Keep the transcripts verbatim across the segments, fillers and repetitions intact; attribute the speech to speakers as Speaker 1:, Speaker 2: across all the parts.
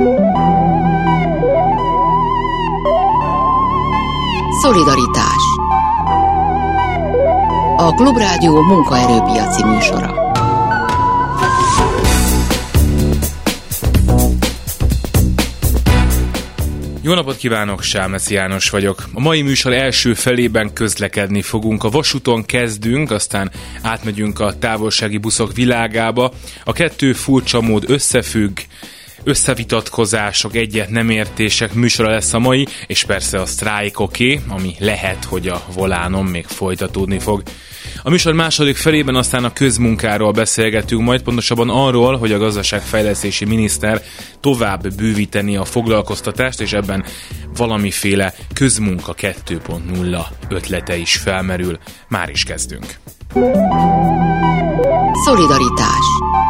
Speaker 1: Szolidaritás. A Klubrádió munkaerőpiaci műsora.
Speaker 2: Jó napot kívánok, Sámeci János vagyok. A mai műsor első felében közlekedni fogunk. A vasúton kezdünk, aztán átmegyünk a távolsági buszok világába. A kettő furcsa mód összefügg, összevitatkozások, egyet nem értések műsora lesz a mai, és persze a sztrájkoké, ami lehet, hogy a volánon még folytatódni fog. A műsor második felében aztán a közmunkáról beszélgetünk, majd pontosabban arról, hogy a gazdaságfejlesztési miniszter tovább bővíteni a foglalkoztatást, és ebben valamiféle közmunka kettő pont nulla ötlete is felmerül. Már is kezdünk.
Speaker 1: Szolidaritás.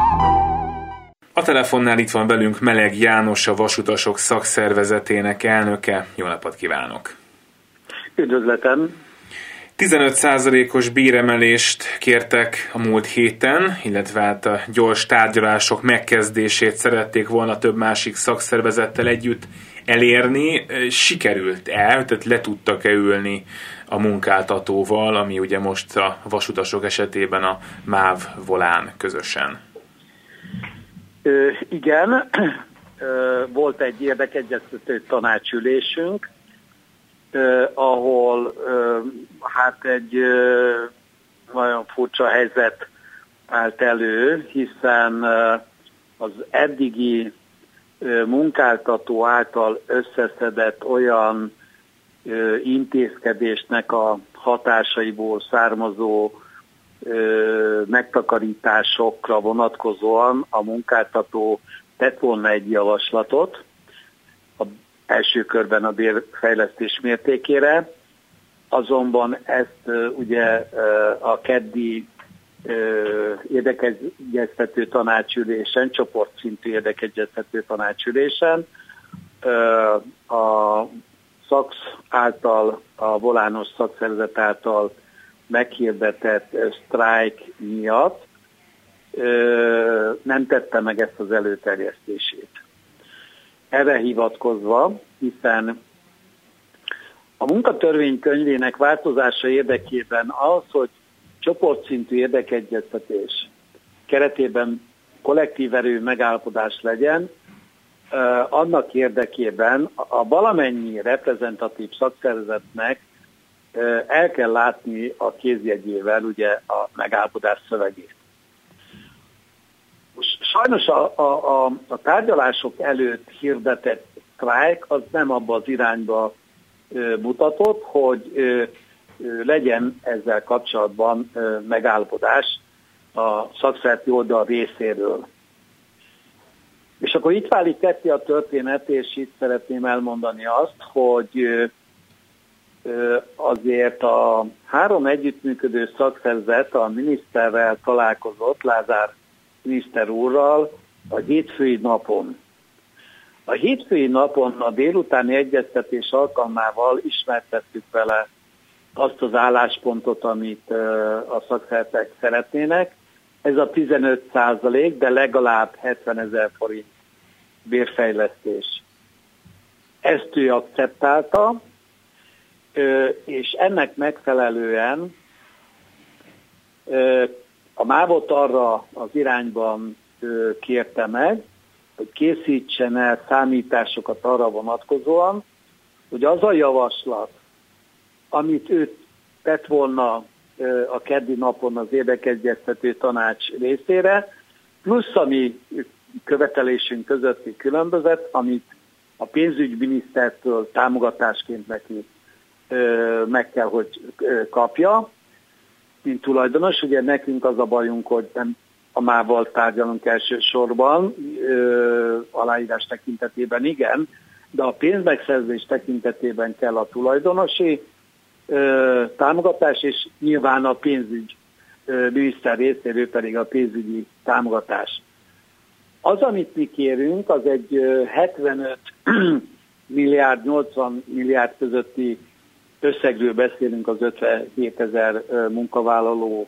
Speaker 2: A telefonnál itt van velünk Meleg János, a Vasutasok Szakszervezetének elnöke. Jó napot kívánok!
Speaker 3: Üdvözletem!
Speaker 2: tizenöt százalékos béremelést kértek a múlt héten, illetve hát a gyors tárgyalások megkezdését szerették volna több másik szakszervezettel együtt elérni. Sikerült-e, tehát le tudtak-e ülni a munkáltatóval, ami ugye most a vasutasok esetében a MÁV Volán közösen?
Speaker 3: Ö, igen, ö, volt egy érdekegyeztető tanácsülésünk, Uh, ahol uh, hát egy uh, nagyon furcsa helyzet állt elő, hiszen uh, az eddigi uh, munkáltató által összeszedett olyan uh, intézkedésnek a hatásaiból származó uh, megtakarításokra vonatkozóan a munkáltató tett volna egy javaslatot, első körben a bérfejlesztés mértékére, azonban ezt uh, ugye uh, a keddi uh, érdekegyeztető tanácsülésen, csoportszintű érdekegyeztető tanácsülésen uh, a szaksz által, a volános szakszervezet által meghirdetett uh, sztrájk miatt uh, nem tette meg ezt az előterjesztését. Erre hivatkozva, hiszen a munkatörvénykönyvének változása érdekében az, hogy csoportszintű érdekegyeztetés keretében kollektív erő megállapodás legyen, annak érdekében a valamennyi reprezentatív szakszervezetnek el kell látni a kézjegyével ugye a megállapodás szövegét. Sajnos a, a, a, a tárgyalások előtt hirdetett sztrájk az nem abba az irányba ö, mutatott, hogy ö, ö, legyen ezzel kapcsolatban ö, megállapodás a szakszervezeti oldal részéről. És akkor itt válik ketté a történet, és itt szeretném elmondani azt, hogy ö, ö, azért a három együttműködő szakszervezet a miniszterrel találkozott, Lázár miniszter úrral a hétfői napon. A hétfői napon a délutáni egyeztetés alkalmával ismertettük vele azt az álláspontot, amit a szakszervezetek szeretnének. Ez a tizenöt százalék, de legalább hetvenezer forint bérfejlesztés. Ezt ő akceptálta, és ennek megfelelően a mávot arra az irányban kérte meg, hogy készítsen el számításokat arra vonatkozóan, hogy az a javaslat, amit ő tett volna a keddi napon az érdekegyeztető tanács részére, plusz a mi követelésünk közötti különbözet, amit a pénzügyminisztertől támogatásként neki meg kell, hogy kapja, mint tulajdonos. Ugye nekünk az a bajunk, hogy nem a mával tárgyalunk elsősorban, ö, aláírás tekintetében igen, de a pénzmegszerzés tekintetében kell a tulajdonosi ö, támogatás, és nyilván a pénzügy ö, miniszter részéről pedig a pénzügyi támogatás. Az, amit mi kérünk, az egy ö, hetvenöt milliárd, nyolcvan milliárd közötti összegről beszélünk az ötvenhétezer munkavállaló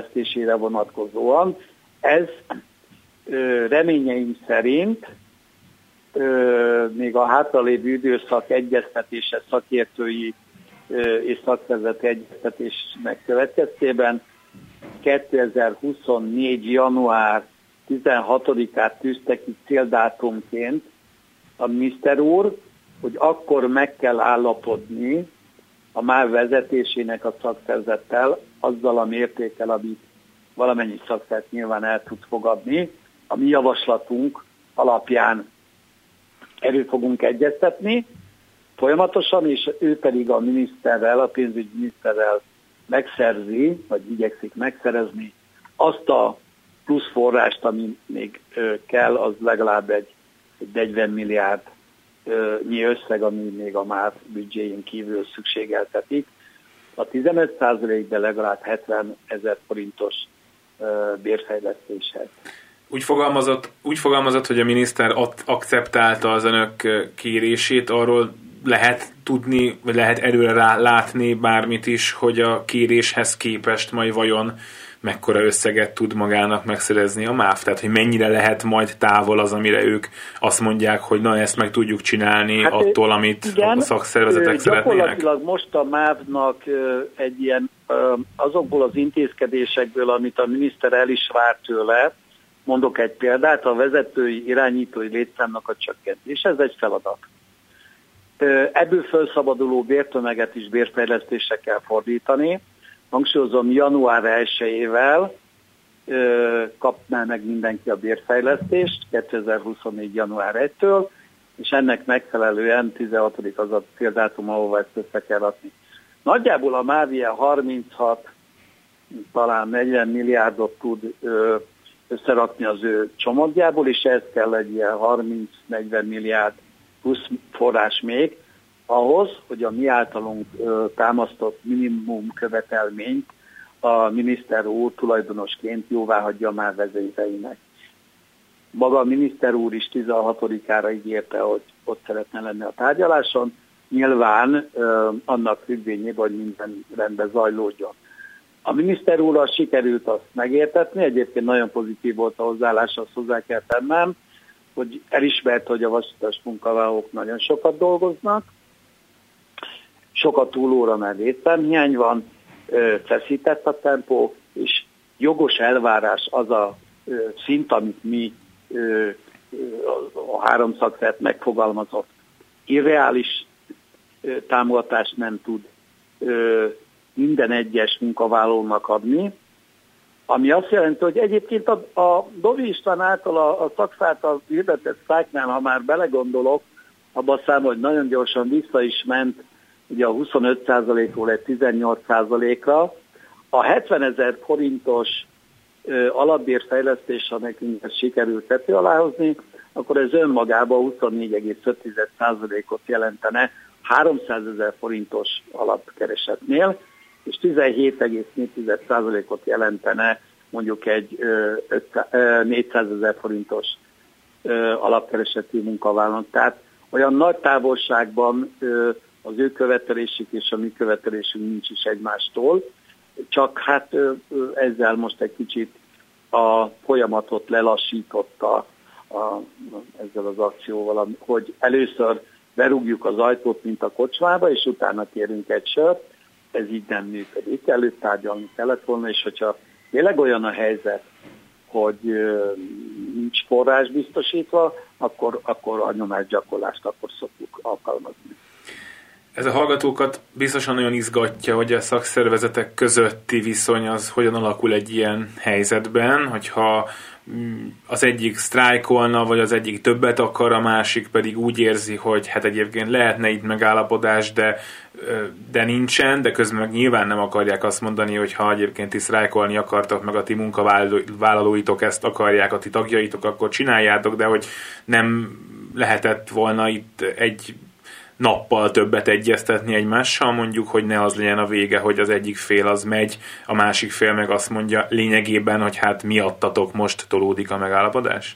Speaker 3: bérfejlesztésére vonatkozóan. Ez ö, reményeim szerint még a hátralévő időszak egyeztetése, szakértői és szakszervezeti egyeztetésnek következtében kétezer-huszonnégy. január tizenhatodikát tűzte ki céldátumként a miniszter úr, hogy akkor meg kell állapodni a MÁV vezetésének a szakszervezettel azzal a mértékkel, amit valamennyi szakszervezet nyilván el tud fogadni. A mi javaslatunk alapján erről fogunk egyeztetni folyamatosan, és ő pedig a miniszterrel, a pénzügyi miniszterrel megszerzi, vagy igyekszik megszerezni azt a plusz forrást, ami még kell, az legalább egy, egy negyven milliárdnyi összeg, ami még a MÁV büdzséjén kívül szükségeltetik. A tizenöt százalék, de legalább hetven ezer forintos bérfejlesztéshez.
Speaker 2: Úgy fogalmazott, úgy fogalmazott, hogy a miniszter akceptálta az önök kérését, arról lehet tudni, vagy lehet előre rá látni bármit is, hogy a kéréshez képest majd vajon mekkora összeget tud magának megszerezni a MÁV? Tehát, hogy mennyire lehet majd távol az, amire ők azt mondják, hogy na, ezt meg tudjuk csinálni hát attól, amit igen, a szakszervezetek szeretnének?
Speaker 3: Gyakorlatilag most a MÁV-nak egy ilyen azokból az intézkedésekből, amit a miniszter el is várt tőle, mondok egy példát, a vezetői, irányítói létszámnak a csökkentés, ez egy feladat. Ebből felszabaduló bértömeget is bérfejlesztésre kell fordítani. Hangsúlyozom, január elsejével kapná meg mindenki a bérfejlesztést, kétezer-huszonnégy. január elsejétől, és ennek megfelelően tizenhatodik az a céldátum, ahova ezt össze kell adni. Nagyjából a MÁV ilyen harminchat, talán negyven milliárdot tud összerakni az ő csomagjából, és ez kell egy ilyen harminc-negyven milliárd plusz forrás még, ahhoz, hogy a mi általunk ö, támasztott minimum követelményt a miniszter úr tulajdonosként jóvá hagyja a MÁV vezetőinek. Maga a miniszter úr is tizenhatodikára ígérte, hogy ott szeretne lenni a tárgyaláson. Nyilván ö, annak függvényében, hogy minden rendben zajlódjon. A miniszter úrral sikerült azt megértetni, egyébként nagyon pozitív volt a hozzáállás, azt hozzá kell tennem, hogy elismert, hogy a vasútas munkavállalók nagyon sokat dolgoznak, sokat túlóra, mert létszámhiány van, feszített a tempó, és jogos elvárás az a szint, amit mi a három szakszervezet megfogalmazott. Irreális támogatást nem tud minden egyes munkavállalónak adni, ami azt jelenti, hogy egyébként a, a Dovi István által a, a szaksz által hirdetett sztrájknál, ha már belegondolok, abban számol, hogy nagyon gyorsan vissza is ment ugye a huszonöt százalékról egy tizennyolc százalékra. A hetvenezer forintos ö, alapbérfejlesztés, ha nekünk ezt sikerült tető alá hozni, akkor ez önmagában huszonnégy egész öt százalékot jelentene háromszázezer forintos alapkeresetnél, és tizenhét egész négy százalékot jelentene mondjuk egy négyszázezer forintos ö, alapkereseti munkavállalónak. Tehát olyan nagy távolságban ö, az ő követelésük és a mi követelésünk nincs is egymástól, csak hát ö, ö, ezzel most egy kicsit a folyamatot lelassította a, a, ezzel az akcióval, hogy először berúgjuk az ajtót, mint a kocsmába, és utána kérünk egy sört. Ez így nem működik. Előtt tárgyalni kellett volna, és hogyha tényleg olyan a helyzet, hogy nincs forrás biztosítva, akkor, akkor a nyomásgyakorlást akkor szoktuk alkalmazni.
Speaker 2: Ez a hallgatókat biztosan nagyon izgatja, hogy a szakszervezetek közötti viszony az hogyan alakul egy ilyen helyzetben, hogyha az egyik sztrájkolna, vagy az egyik többet akar, a másik pedig úgy érzi, hogy hát egyébként lehetne itt megállapodás, de, de nincsen, de közben meg nyilván nem akarják azt mondani, hogy ha egyébként ti sztrájkolni akartok, meg a ti munkavállalóitok ezt akarják, a ti tagjaitok, akkor csináljátok, de hogy nem lehetett volna itt egy nappal többet egyeztetni egymással, mondjuk, hogy ne az legyen a vége, hogy az egyik fél az megy, a másik fél meg azt mondja lényegében, hogy hát miattatok most tolódik a megállapodás?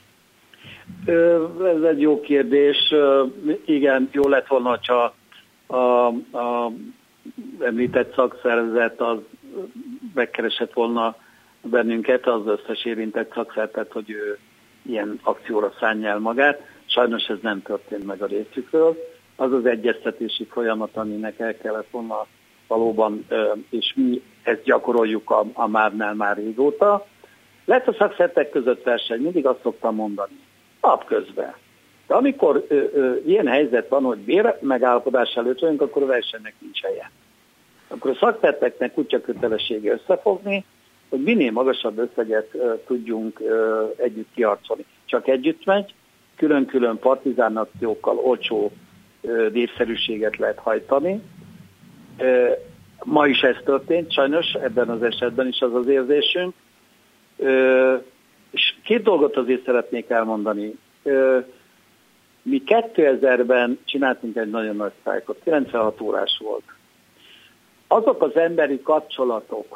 Speaker 3: Ez egy jó kérdés. Igen, jó lett volna, hogyha a, a említett szakszervezet az megkeresett volna bennünket, az összes érintett szakszervezet, hogy ő ilyen akcióra szánja el magát. Sajnos ez nem történt meg a részükről. Az az egyeztetési folyamat, aminek el kellett volna valóban, és mi ezt gyakoroljuk a, a Márnál már régóta. Lett a szakszervezetek között verseny, mindig azt szoktam mondani, napközben. De amikor ö, ö, ilyen helyzet van, hogy bér megállapodás előtt vagyunk, akkor a versenynek nincs helye. Akkor a szakszervezeteknek kutya kötelessége összefogni, hogy minél magasabb összeget ö, tudjunk ö, együtt kiharcolni. Csak együtt megy, külön-külön partizán akciókkal olcsó ö, népszerűséget lehet hajtani. Ö, ma is ez történt, sajnos ebben az esetben is az az érzésünk. Ö, és két dolgot azért szeretnék elmondani. Ö, mi kétezerben csináltunk egy nagyon nagy sztrájkot, kilencvenhat órás volt. Azok az emberi kapcsolatok,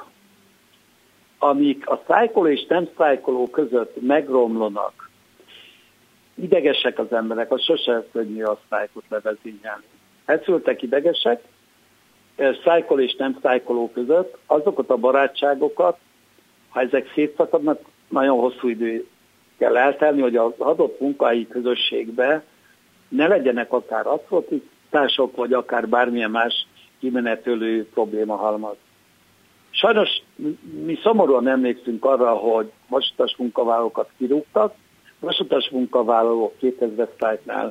Speaker 3: amik a sztrájkoló és nem sztrájkoló között megromlanak, idegesek az emberek, az sosem könnyű a sztrájkot levezényelni. Elszültek idegesek, sztrájkoló és nem sztrájkoló között, azokat a barátságokat, ha ezek szétszakadnak, nagyon hosszú idő kell eltelni, hogy az adott munkahelyi közösségbe ne legyenek akár atrocitások, vagy akár bármilyen más kimenetölő probléma halmaz. Sajnos mi szomorúan emlékszünk arra, hogy vasutas munkavállalókat kirúgtak, vasutas munkavállalók kétezer sztrájknál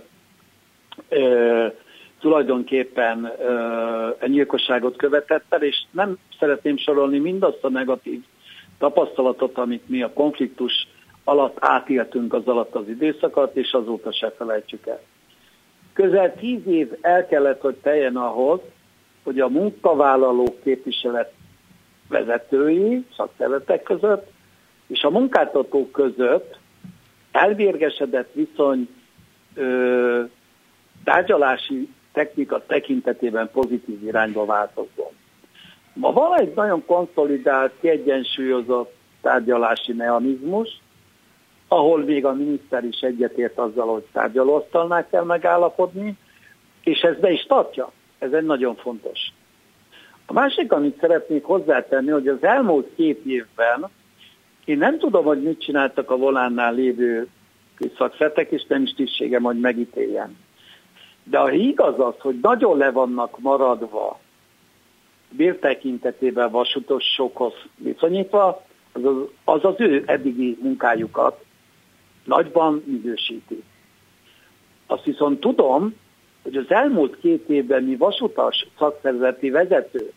Speaker 3: ö, tulajdonképpen ö, gyilkosságot követett el, és nem szeretném sorolni mindazt a negatív tapasztalatot, amit mi a konfliktus alatt átéltünk az alatt az időszakot, és azóta se felejtsük el. Közel tíz év el kellett, hogy teljen ahhoz, hogy a munkavállalók képviselet vezetői, szakszervezetek között, és a munkáltatók között elvérgesedett viszony ö, tárgyalási technika tekintetében pozitív irányba változott. Ma van egy nagyon konszolidált, kiegyensúlyozott tárgyalási mechanizmus, ahol még a miniszter is egyetért azzal, hogy tárgyalóasztalnál kell megállapodni, és ez be is tartja. Ez egy nagyon fontos. A másik, amit szeretnék hozzátenni, hogy az elmúlt két évben én nem tudom, hogy mit csináltak a volánnál lévő szakszervezetek, és nem is tisztségem, hogy megítéljen. De ha igaz az, hogy nagyon le vannak maradva bértekintetében vasutosokhoz viszonyítva, az az, az az ő eddigi munkájukat nagyban minősíti. Azt viszont tudom, hogy az elmúlt két évben mi vasutas szakszervezeti vezető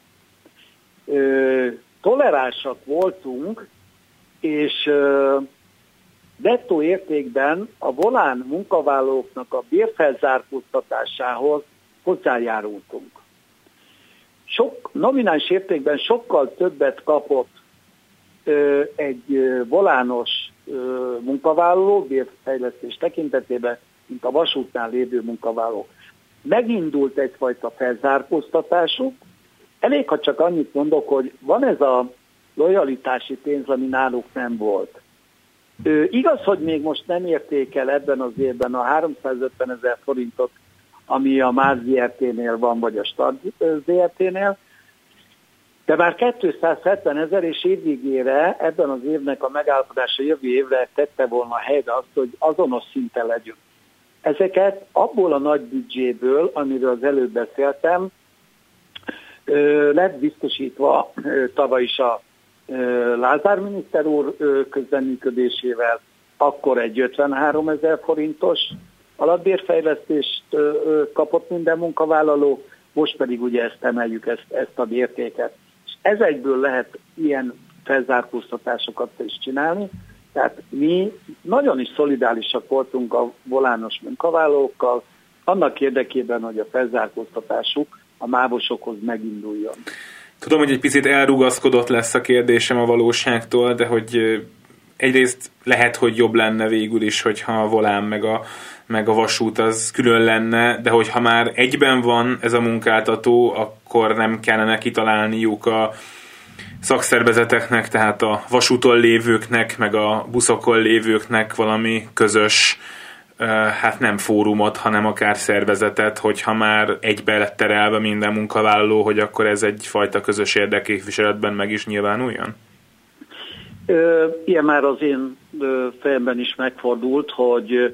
Speaker 3: ö, toleránsak voltunk, és ö, nettó értékben a volán munkavállalóknak a bérfelzárkóztatásához hozzájárultunk. Sok, nominális értékben sokkal többet kapott ö, egy ö, volános ö, munkavállaló bérfejlesztés tekintetében, mint a vasútnál lévő munkavállaló. Megindult egyfajta felzárkóztatásuk. Elég, ha csak annyit mondok, hogy van ez a lojalitási pénz, ami náluk nem volt. Ö, igaz, hogy még most nem érték el ebben az évben a háromszázötven ezer forintot, ami a MÁZ zé er té-nél van, vagy a Start zé er té-nél, de már kétszázhetven ezer, és évvégére ebben az évnek a megállapodása jövő évre tette volna helyre azt, hogy azonos szinten legyünk. Ezeket abból a nagy büdzséből, amiről az előbb beszéltem, lett biztosítva tavaly is a Lázár miniszter úr közreműködésével, akkor egy ötvenhárom ezer forintos alapbérfejlesztést kapott minden munkavállaló, most pedig ugye ezt emeljük, ezt, ezt a mértéket. És ezekből lehet ilyen felzárkóztatásokat is csinálni, tehát mi nagyon is szolidárisak voltunk a volános munkavállalókkal, annak érdekében, hogy a felzárkóztatásuk a mávosokhoz meginduljon.
Speaker 2: Tudom, hogy egy picit elrugaszkodott lesz a kérdésem a valóságtól, de hogy egyrészt lehet, hogy jobb lenne végül is, hogyha a volán meg a, meg a vasút az külön lenne, de hogyha már egyben van ez a munkáltató, akkor nem kellene kitalálniuk a szakszervezeteknek, tehát a vasúton lévőknek, meg a buszokon lévőknek valami közös, hát nem fórumot, hanem akár szervezetet, hogyha már egybe lett terelve minden munkavállaló, hogy akkor ez egyfajta közös érdekképviseletben meg is nyilvánuljon? Ö,
Speaker 3: ilyen már az én fejemben is megfordult, hogy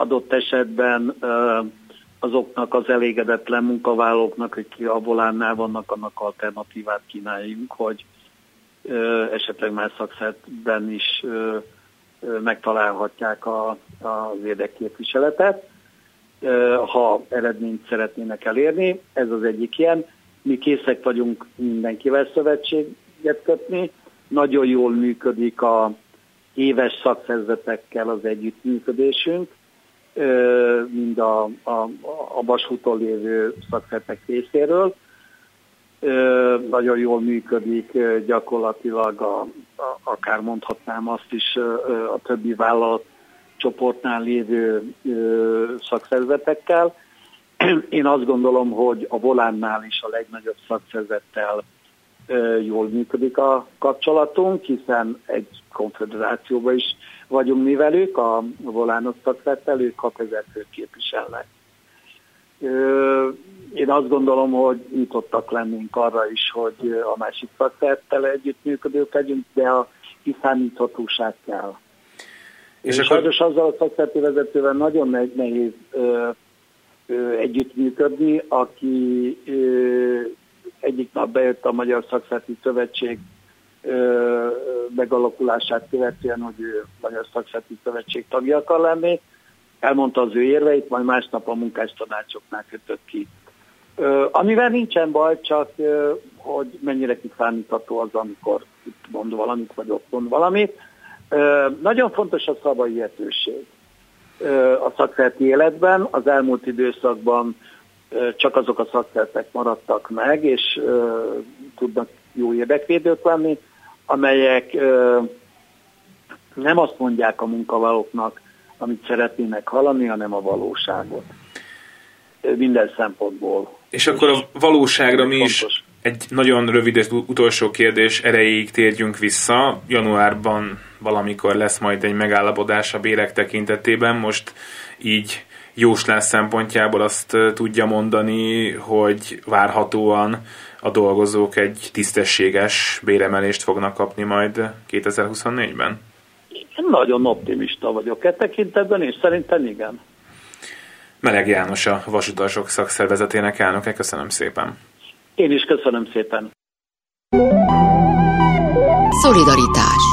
Speaker 3: adott esetben azoknak az elégedetlen munkavállalóknak, akik a Volánnál vannak, annak alternatívát kínáljunk, hogy esetleg más szakszervezetben is megtalálhatják a, az érdekképviseletet, ha eredményt szeretnének elérni. Ez az egyik ilyen. Mi készek vagyunk mindenkivel szövetséget kötni. Nagyon jól működik a éves szakszervezetekkel az együttműködésünk, mind a, a, a vasúton lévő szakszervezetek részéről. Nagyon jól működik gyakorlatilag, a, a, akár mondhatnám azt is, a többi vállalat csoportnál lévő szakszervezetekkel. Én azt gondolom, hogy a Volánnál is a legnagyobb szakszervezettel jól működik a kapcsolatunk, hiszen egy konfederációban is vagyunk mi velük, a Volános szakszervezettel, ők hatezer főt képviselnek. Én azt gondolom, hogy nyitottak lennénk arra is, hogy a másik szakszervezettel együttműködők legyünk, de a kiszámíthatóság kell. És, és sajnos akkor... azzal a szakszervezeti vezetővel nagyon nehéz ö, ö, együttműködni, aki ö, egyik nap bejött a Magyar Szakszervezeti Szövetség ö, megalakulását követően, hogy ő Magyar Szakszervezeti Szövetség tagja akar lenni, elmondta az ő érveit, majd másnap a munkástanácsoknál kötött ki. Ö, amivel nincsen baj, csak ö, hogy mennyire kiszámítható az, amikor itt mond valamit, vagy ott mond valamit. Ö, nagyon fontos a szavahihetőség ö, a szakszervezeti életben. Az elmúlt időszakban ö, csak azok a szakszervezetek maradtak meg, és ö, tudnak jó érdekvédők lenni, amelyek ö, nem azt mondják a munkavállalóknak, amit szeretnének hallani, hanem a valóságot. Minden szempontból.
Speaker 2: És akkor a valóságra mi is egy nagyon rövid utolsó kérdés erejéig térjünk vissza. Januárban valamikor lesz majd egy megállapodás a bérek tekintetében. Most így jóslás szempontjából azt tudja mondani, hogy várhatóan a dolgozók egy tisztességes béremelést fognak kapni majd kétezer-huszonnégyben?
Speaker 3: Én nagyon optimista vagyok e tekintetben, és szerintem igen.
Speaker 2: Meleg János, a Vasutasok Szakszervezetének elnöke, köszönöm szépen.
Speaker 3: Én is köszönöm szépen.
Speaker 1: Szolidaritás.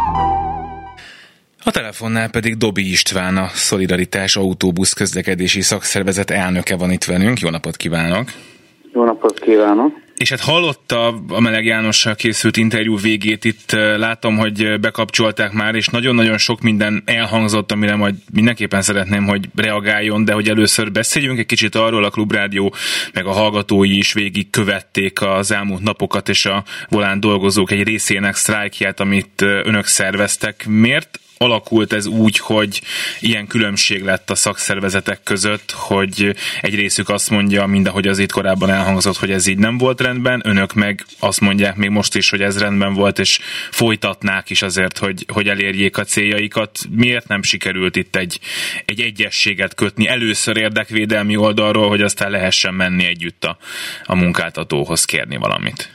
Speaker 2: A telefonnál pedig Dobi István, a Szolidaritás Autóbusz Közlekedési Szakszervezet elnöke van itt velünk. Jó napot kívánok!
Speaker 4: Jó napot kívánok!
Speaker 2: És hát hallotta a Meleg Jánossal készült interjú végét, itt látom, hogy bekapcsolták már, és nagyon-nagyon sok minden elhangzott, amire majd mindenképpen szeretném, hogy reagáljon, de hogy először beszéljünk egy kicsit arról, a Klubrádió meg a hallgatói is végig követték az elmúlt napokat, és a Volán dolgozók egy részének sztrájkját, amit önök szerveztek. Miért alakult ez úgy, hogy ilyen különbség lett a szakszervezetek között, hogy egy részük azt mondja, mindahogy az itt korábban elhangzott, hogy ez így nem volt rendben, önök meg azt mondják még most is, hogy ez rendben volt, és folytatnák is azért, hogy, hogy elérjék a céljaikat. Miért nem sikerült itt egy, egy egyességet kötni először érdekvédelmi oldalról, hogy aztán lehessen menni együtt a, a munkáltatóhoz kérni valamit?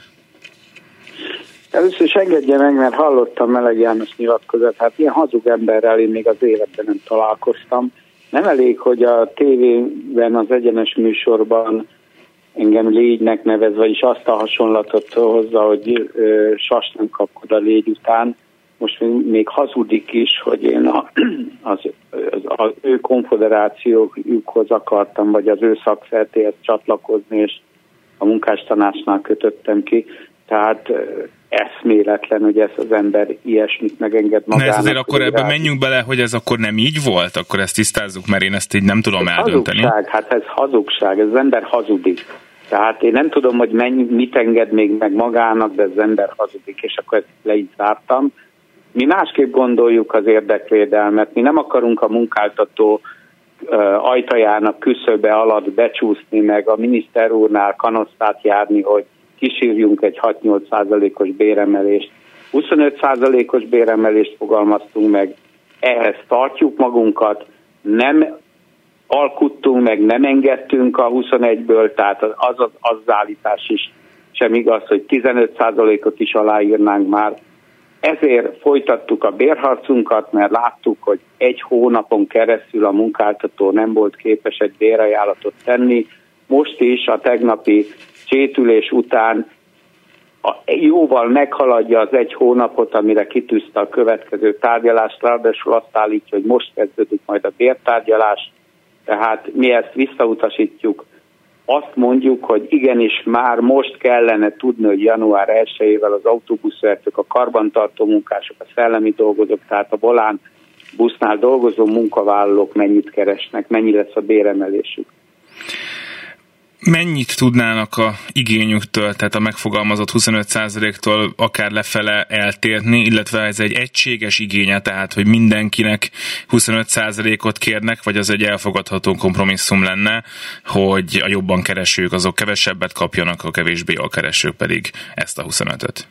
Speaker 4: Először is engedje meg, mert hallottam Meleg János nyilatkozat, hát ilyen hazug emberrel én még az életben nem találkoztam. Nem elég, hogy a tévében, az egyenes műsorban engem légynek nevez, vagyis azt a hasonlatot hozza, hogy ö, sas nem kapkod a légy után. Most még hazudik is, hogy én a, az, az, az ő konfederációjukhoz akartam, vagy az ő szakszervezetéhez csatlakozni, és a munkástanácsnál kötöttem ki. Tehát eszméletlen, hogy ez az ember ilyesmit megenged magának.
Speaker 2: Na ez azért akkor ebben menjünk bele, hogy ez akkor nem így volt? Akkor ezt tisztázzuk, mert én ezt így nem tudom ez eldönteni.
Speaker 4: Hazugság, hát ez hazugság, ez az ember hazudik. Tehát én nem tudom, hogy mennyi, mit enged még meg magának, de ez az ember hazudik, és akkor ezt le így zártam. Mi másképp gondoljuk az érdekvédelmet, mi nem akarunk a munkáltató uh, ajtajának küszöbe alatt becsúszni, meg a miniszter úrnál kanosztát járni, hogy kísírjunk egy hat-nyolc százalékos béremelést. huszonöt százalékos béremelést fogalmaztunk meg, ehhez tartjuk magunkat, nem alkuttunk meg, nem engedtünk a huszonegyből, tehát az, az, az állítás is sem igaz, hogy tizenöt százalékot is aláírnánk már. Ezért folytattuk a bérharcunkat, mert láttuk, hogy egy hónapon keresztül a munkáltató nem volt képes egy bérajánlatot tenni. Most is a tegnapi csétülés után jóval meghaladja az egy hónapot, amire kitűzte a következő tárgyalást, ráadásul azt állítja, hogy most kezdődik majd a bértárgyalás, tehát mi ezt visszautasítjuk. Azt mondjuk, hogy igenis már most kellene tudni, hogy január elsejével az autóbuszvezetők, a karbantartó munkások, a szellemi dolgozók, tehát a Volán busznál dolgozó munkavállalók mennyit keresnek, mennyi lesz a béremelésük.
Speaker 2: Mennyit tudnának a igényüktől, tehát a megfogalmazott huszonöt százaléktól akár lefele eltérni, illetve ez egy egységes igénye, tehát hogy mindenkinek huszonöt százalékot kérnek, vagy az egy elfogadható kompromisszum lenne, hogy a jobban keresők azok kevesebbet kapjanak, a kevésbé jól keresők pedig ezt a huszonötöt?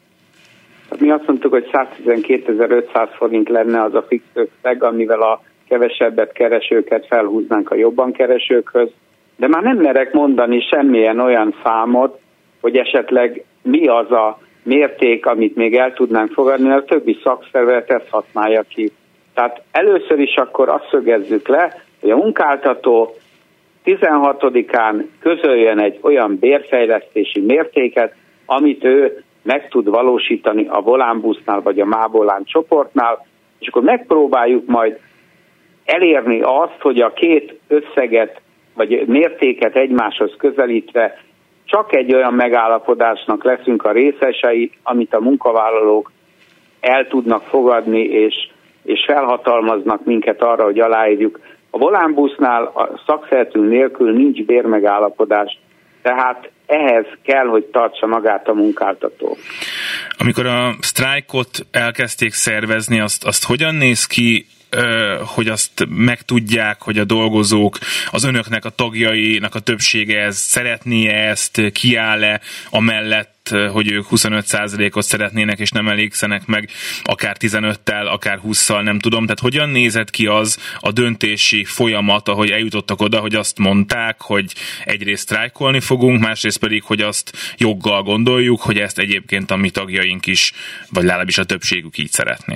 Speaker 4: Mi azt mondtuk, hogy száztizenkétezer-ötszáz forint lenne az a fix összeg, amivel a kevesebbet keresőket felhúznánk a jobban keresőkhöz, de már nem merek mondani semmilyen olyan számot, hogy esetleg mi az a mérték, amit még el tudnánk fogadni, mert a többi szakszervezet ezt használja ki. Tehát először is akkor azt szögezzük le, hogy a munkáltató tizenhatodikán közöljön egy olyan bérfejlesztési mértéket, amit ő meg tud valósítani a Volán busznál vagy a Mávolán csoportnál, és akkor megpróbáljuk majd elérni azt, hogy a két összeget vagy mértéket egymáshoz közelítve csak egy olyan megállapodásnak leszünk a részesei, amit a munkavállalók el tudnak fogadni, és, és felhatalmaznak minket arra, hogy aláírjuk. A Volán busznál a szakszeretünk nélkül nincs bérmegállapodás, tehát ehhez kell, hogy tartsa magát a munkáltató.
Speaker 2: Amikor a sztrájkot elkezdték szervezni, azt, azt hogyan néz ki, hogy azt megtudják, hogy a dolgozók, az önöknek a tagjainak a többsége ez szeretné ezt, kiáll-e amellett, hogy ők huszonöt százalékot szeretnének, és nem elégszenek meg akár tizenöttel, akár hússzal, nem tudom. Tehát hogyan nézett ki az a döntési folyamat, ahogy eljutottak oda, hogy azt mondták, hogy egyrészt sztrájkolni fogunk, másrészt pedig, hogy azt joggal gondoljuk, hogy ezt egyébként a mi tagjaink is, vagy legalábbis a többségük így szeretné.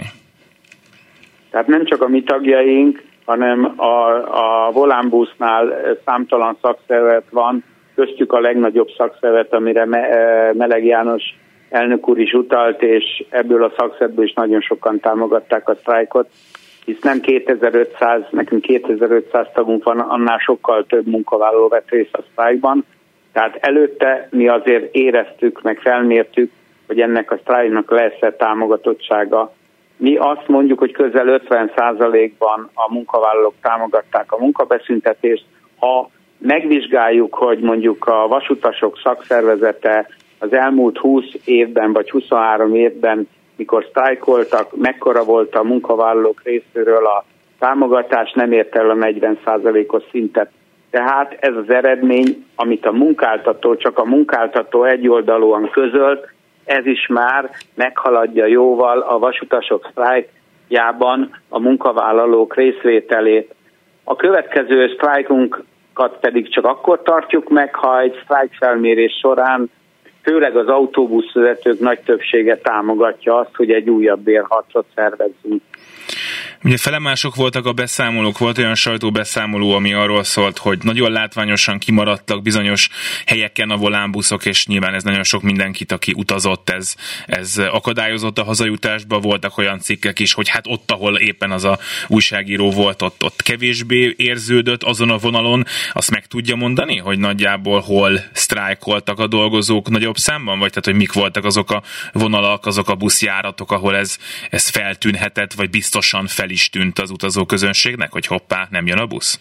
Speaker 4: Tehát nem csak a mi tagjaink, hanem a, a Volán busznál számtalan szakszervezet van, köztük a legnagyobb szakszervezet, amire Meleg János elnök úr is utalt, és ebből a szakszervezetből is nagyon sokan támogatták a sztrájkot, hisz nem kétezer-ötszáz, nekünk kétezer-ötszáz tagunk van, annál sokkal több munkavállaló vett részt a sztrájkban, tehát előtte mi azért éreztük, meg felmértük, hogy ennek a sztrájknak lesz-e támogatottsága. Mi azt mondjuk, hogy közel ötven százalékban a munkavállalók támogatták a munkabeszüntetést. Ha megvizsgáljuk, hogy mondjuk a vasutasok szakszervezete az elmúlt húsz évben vagy huszonhárom évben, mikor sztrájkoltak, mekkora volt a munkavállalók részéről a támogatás, nem ért el a negyven százalékos szintet. Tehát ez az eredmény, amit a munkáltató, csak a munkáltató egyoldalúan közölt, ez is már meghaladja jóval a vasutasok sztrájkjában a munkavállalók részvételét. A következő sztrájkunkat pedig csak akkor tartjuk meg, ha egy sztrájkfelmérés során főleg az autóbuszvezetők nagy többsége támogatja azt, hogy egy újabb bérharcot szervezzünk.
Speaker 2: Ugye felemások voltak a beszámolók, volt olyan sajtóbeszámoló, ami arról szólt, hogy nagyon látványosan kimaradtak bizonyos helyeken a volánbuszok, és nyilván ez nagyon sok mindenkit, aki utazott, ez, ez akadályozott a hazajutásba. Voltak olyan cikkek is, hogy hát ott, ahol éppen az a újságíró volt, ott, ott kevésbé érződött azon a vonalon. Azt meg tudja mondani, hogy nagyjából hol sztrájkoltak a dolgozók nagyobb számban, vagy tehát, hogy mik voltak azok a vonalak, azok a buszjáratok, ahol ez, ez feltűnhetett, vagy biztosan fel is tűnt az utazó közönségnek, hogy hoppá, nem jön a busz?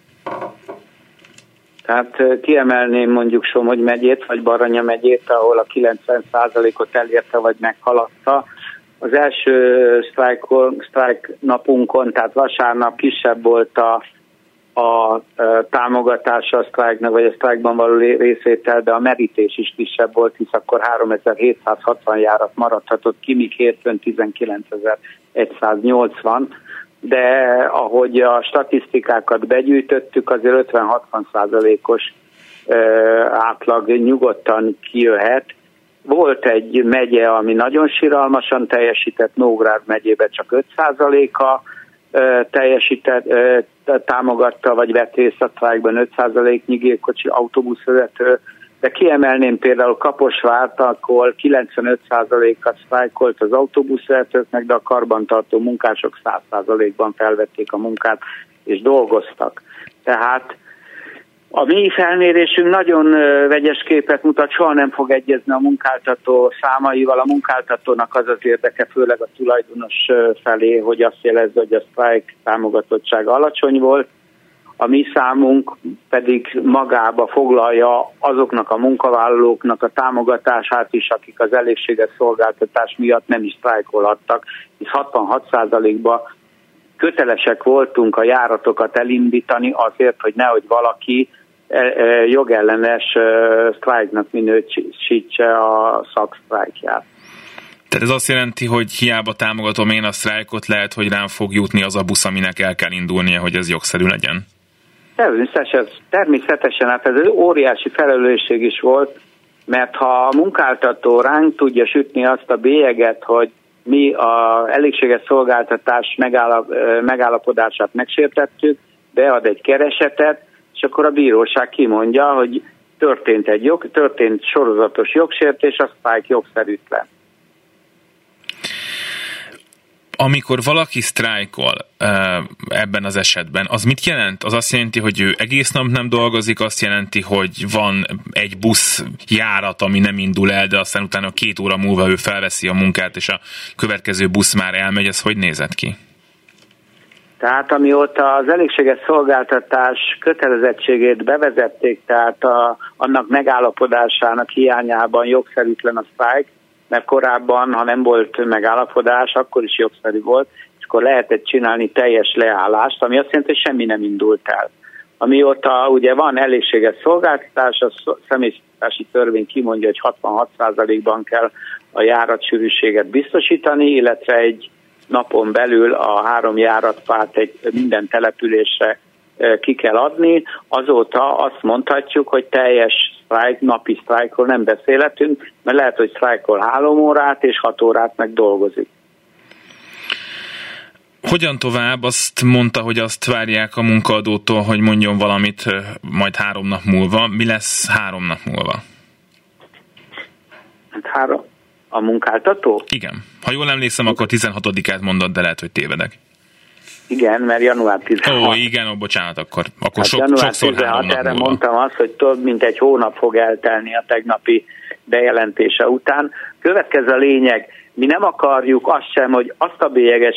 Speaker 4: Tehát kiemelném mondjuk Somogy megyét, vagy Baranya megyét, ahol a kilencven százalékot elérte, vagy meghaladta. Az első sztrájk, sztrájk napunkon, tehát vasárnap kisebb volt a, a támogatása a sztrájknak, vagy a sztrájkban való részvétel, de a merítés is kisebb volt, hisz akkor háromezer-hétszázhatvan járat maradhatott ki, míg hétfőn tizenkilencezer-egyszáznyolcvan, de ahogy a statisztikákat begyűjtöttük, azért ötven-hatvan százalékos átlag nyugodtan kijöhet, Volt egy megye, ami nagyon siralmasan teljesített, Nógrád megyében csak öt százaléka teljesített, támogatta, vagy vett részt a sztrájkban öt százaléknyi gépkocsi autóbuszvezető, de kiemelném például Kaposvárt, ahol kilencvenöt százaléka sztrájkolt az autóbuszvezetőknek, de a karbantartó munkások száz százalékban felvették a munkát és dolgoztak. Tehát a mi felmérésünk nagyon vegyes képet mutat, soha nem fog egyezni a munkáltató számaival. A munkáltatónak az az érdeke, főleg a tulajdonos felé, hogy azt jelezze, hogy a sztrájk támogatottsága alacsony volt. A mi számunk pedig magába foglalja azoknak a munkavállalóknak a támogatását is, akik az elégséges szolgáltatás miatt nem is sztrájkolhattak, hisz hatvanhat százalékban kötelesek voltunk a járatokat elindítani azért, hogy nehogy valaki jogellenes sztrájknak minősítse a szaksztrájkját.
Speaker 2: Tehát ez azt jelenti, hogy hiába támogatom én a sztrájkot, lehet, hogy rám fog jutni az a busz, aminek el kell indulnia, hogy ez jogszerű legyen?
Speaker 4: Természetesen, természetesen hát ez óriási felelősség is volt, mert ha a munkáltató ránk tudja sütni azt a bélyeget, hogy mi az elégséges szolgáltatás megállap, megállapodását megsértettük, bead egy keresetet, és akkor a bíróság kimondja, hogy történt egy jog, történt sorozatos jogsértés, a sztrájk jogszerűtlen.
Speaker 2: Amikor valaki sztrájkol ebben az esetben, az mit jelent? Az azt jelenti, hogy ő egész nap nem dolgozik, azt jelenti, hogy van egy busz járat, ami nem indul el, de aztán utána két óra múlva ő felveszi a munkát, és a következő busz már elmegy. Ez hogy nézett ki?
Speaker 4: Tehát amióta az elégséges szolgáltatás kötelezettségét bevezették, tehát a, annak megállapodásának hiányában jogszerűtlen a sztrájk, mert korábban, ha nem volt megállapodás, akkor is jogszerű volt, és akkor lehetett csinálni teljes leállást, ami azt jelenti, hogy semmi nem indult el. Amióta ugye van elégséges szolgáltatás, a személyszállítási törvény kimondja, hogy hatvanhat százalékban kell a járatsűrűséget biztosítani, illetve egy napon belül a három járatpárt egy minden településre ki kell adni. Azóta azt mondhatjuk, hogy teljes sztrájk, napi sztrájkról nem beszélhetünk, mert lehet, hogy sztrájkol három órát és hat órát meg dolgozik.
Speaker 2: Hogyan tovább? Azt mondta, hogy azt várják a munkaadótól, hogy mondjon valamit majd három nap múlva. Mi lesz három nap múlva?
Speaker 4: Hát három. A munkáltató?
Speaker 2: Igen. Ha jól emlékszem, akkor tizenhatodikát mondod, de lehet, hogy tévedek.
Speaker 4: Igen, mert január tizenhat.
Speaker 2: Ó, igen, ó, bocsánat, akkor, akkor hát sok,
Speaker 4: január
Speaker 2: sokszor
Speaker 4: tizenhat,
Speaker 2: három nap
Speaker 4: erre
Speaker 2: múlva.
Speaker 4: mondtam azt, hogy több mint egy hónap fog eltelni a tegnapi bejelentése után. Következő a lényeg, mi nem akarjuk azt sem, hogy azt a bélyeges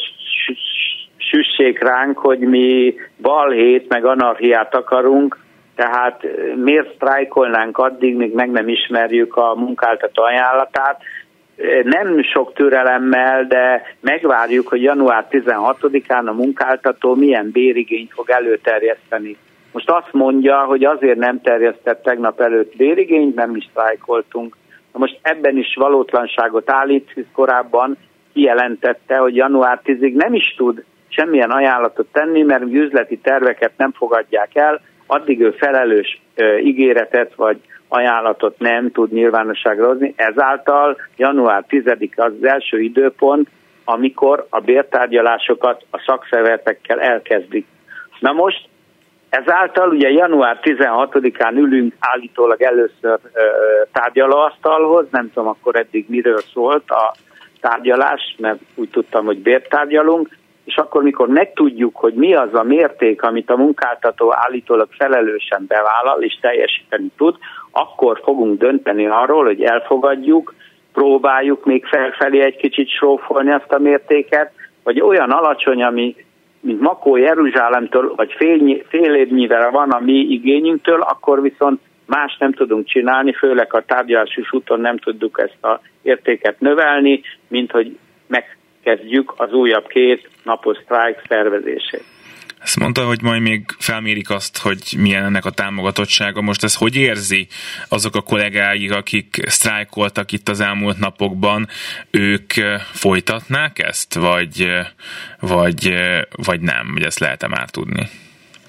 Speaker 4: süssék ránk, hogy mi balhét meg anarchiát akarunk, tehát miért sztrájkolnánk addig, míg meg nem ismerjük a munkáltató ajánlatát. Nem sok türelemmel, de megvárjuk, hogy január tizenhatodikán a munkáltató milyen bérigényt fog előterjeszteni. Most azt mondja, hogy azért nem terjesztett tegnap előtt bérigényt, mert mi sztrájkoltunk. Most ebben is valótlanságot állít, hisz korábban kijelentette, hogy január tizedikéig nem is tud semmilyen ajánlatot tenni, mert üzleti terveket nem fogadják el, addig ő felelős ö, ígéretet vagy ajánlatot nem tud nyilvánosságra hozni. Ezáltal január tizedike az, az első időpont, amikor a bértárgyalásokat a szakszervezetekkel elkezdik. Na most ezáltal ugye január tizenhatodikán ülünk állítólag először ö, tárgyalóasztalhoz, nem tudom akkor eddig miről szólt a tárgyalás, mert úgy tudtam, hogy bértárgyalunk, és akkor, mikor megtudjuk, hogy mi az a mérték, amit a munkáltató állítólag felelősen bevállal és teljesíteni tud, akkor fogunk dönteni arról, hogy elfogadjuk, próbáljuk még felfelé egy kicsit srófolni azt a mértéket, vagy olyan alacsony, ami mint Makó Jeruzsálemtől, vagy fél, fél évnyivel van a mi igényünktől, akkor viszont más nem tudunk csinálni, főleg a tárgyalási úton nem tudjuk ezt a értéket növelni, mint hogy megkezdjük az újabb két napos sztrájk szervezését.
Speaker 2: Ezt mondta, hogy majd még felmérik azt, hogy milyen ennek a támogatottsága. Most ez hogy érzi azok a kollégái, akik sztrájkoltak itt az elmúlt napokban? Ők folytatnák ezt, vagy, vagy, vagy nem? Vagy ezt lehet-e már tudni?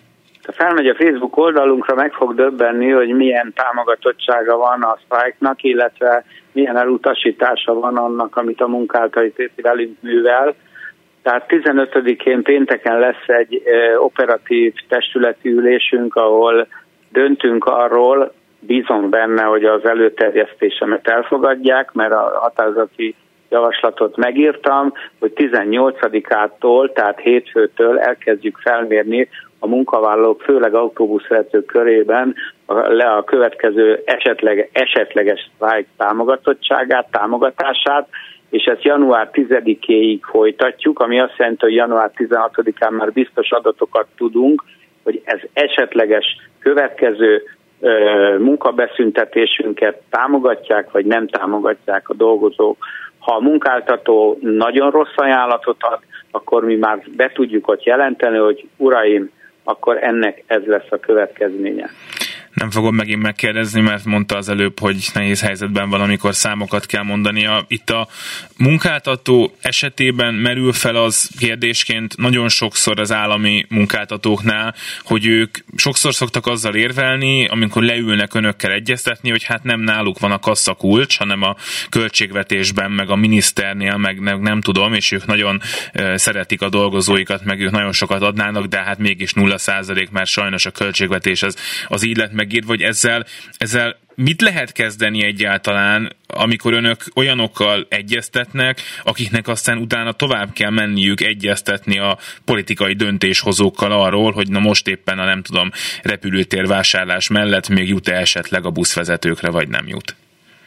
Speaker 4: Ha felmegy a Facebook oldalunkra, meg fog döbbenni, hogy milyen támogatottsága van a sztrájknak, illetve milyen elutasítása van annak, amit a munkáltatói velünk művel. Tehát tizenötödikén pénteken lesz egy e, operatív testületi ülésünk, ahol döntünk arról, bízom benne, hogy az előterjesztésemet elfogadják, mert a határozati javaslatot megírtam, hogy tizennyolcadikától, tehát hétfőtől elkezdjük felmérni a munkavállalók, főleg autóbuszvezetők körében a, le a következő esetleg, esetleges sztrájk támogatottságát, támogatását, és ezt január tizedikéig folytatjuk, ami azt jelenti, hogy január tizenhatodikán már biztos adatokat tudunk, hogy ez esetleges következő ö, munkabeszüntetésünket támogatják, vagy nem támogatják a dolgozók. Ha a munkáltató nagyon rossz ajánlatot ad, akkor mi már be tudjuk ott jelenteni, hogy uraim, akkor ennek ez lesz a következménye.
Speaker 2: Nem fogom megint megkérdezni, mert mondta az előbb, hogy nehéz helyzetben van, amikor számokat kell mondania. Itt a munkáltató esetében merül fel az kérdésként nagyon sokszor az állami munkáltatóknál, hogy ők sokszor szoktak azzal érvelni, amikor leülnek önökkel egyeztetni, hogy hát nem náluk van a kasszakulcs, hanem a költségvetésben, meg a miniszternél, meg nem, nem tudom, és ők nagyon uh, szeretik a dolgozóikat, meg ők nagyon sokat adnának, de hát mégis nulla százalék, mert sajnos a költségvetés az, az így lett megírva, hogy ezzel, ezzel mit lehet kezdeni egyáltalán, amikor önök olyanokkal egyeztetnek, akiknek aztán utána tovább kell menniük egyeztetni a politikai döntéshozókkal arról, hogy na most éppen a nem tudom, repülőtérvásárlás mellett még jut-e esetleg a buszvezetőkre, vagy nem jut?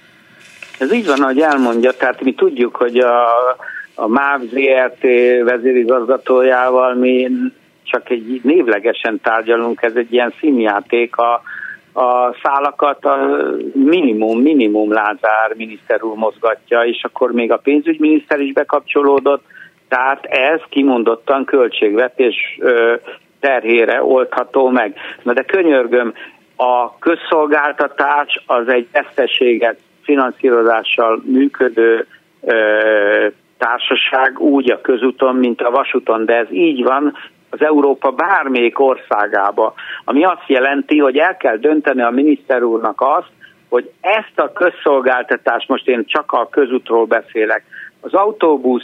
Speaker 4: Ez így van, ahogy elmondja, tehát mi tudjuk, hogy a, a MÁV zé er té vezérigazgatójával mi csak egy névlegesen tárgyalunk, ez egy ilyen színjáték, a a szálakat a minimum, minimum Lázár miniszter úr mozgatja, és akkor még a pénzügyminiszter is bekapcsolódott, tehát ez kimondottan költségvetés terhére oldható meg. Na de könyörgöm, a közszolgáltatás az egy veszteséget finanszírozással működő társaság, úgy a közúton, mint a vasúton, de ez így van az Európa bármelyik országába, ami azt jelenti, hogy el kell dönteni a miniszter úrnak azt, hogy ezt a közszolgáltatást, most én csak a közútról beszélek, az autóbusz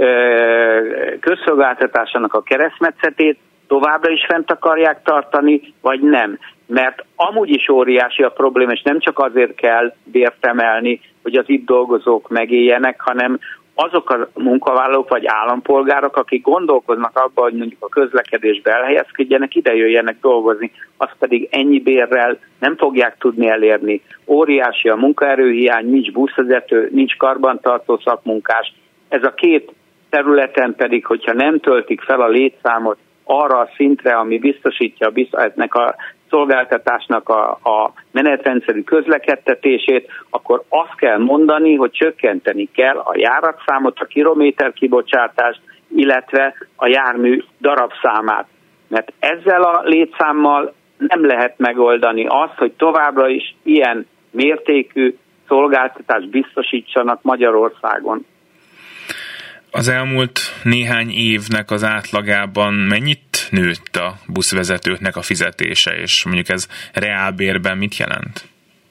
Speaker 4: közszolgáltatásának a keresztmetszetét továbbra is fent akarják tartani, vagy nem. Mert amúgy is óriási a probléma, és nem csak azért kell bért emelni, hogy az itt dolgozók megéljenek, hanem azok a munkavállalók vagy állampolgárok, akik gondolkoznak abban, hogy mondjuk a közlekedésbe elhelyezkedjenek, ide jöjjenek dolgozni, azt pedig ennyi bérrel nem fogják tudni elérni. Óriási a munkaerőhiány, nincs buszvezető, nincs karbantartó szakmunkás. Ez a két területen pedig, hogyha nem töltik fel a létszámot arra a szintre, ami biztosítja ennek a szolgáltatásnak a, a menetrendszerű közlekedtetését, akkor azt kell mondani, hogy csökkenteni kell a járatszámot, a kilométer kibocsátást, illetve a jármű darabszámát. Mert ezzel a létszámmal nem lehet megoldani azt, hogy továbbra is ilyen mértékű szolgáltatást biztosítsanak Magyarországon.
Speaker 2: Az elmúlt néhány évnek az átlagában mennyit nőtt a buszvezetőknek a fizetése, és mondjuk ez reálbérben mit jelent?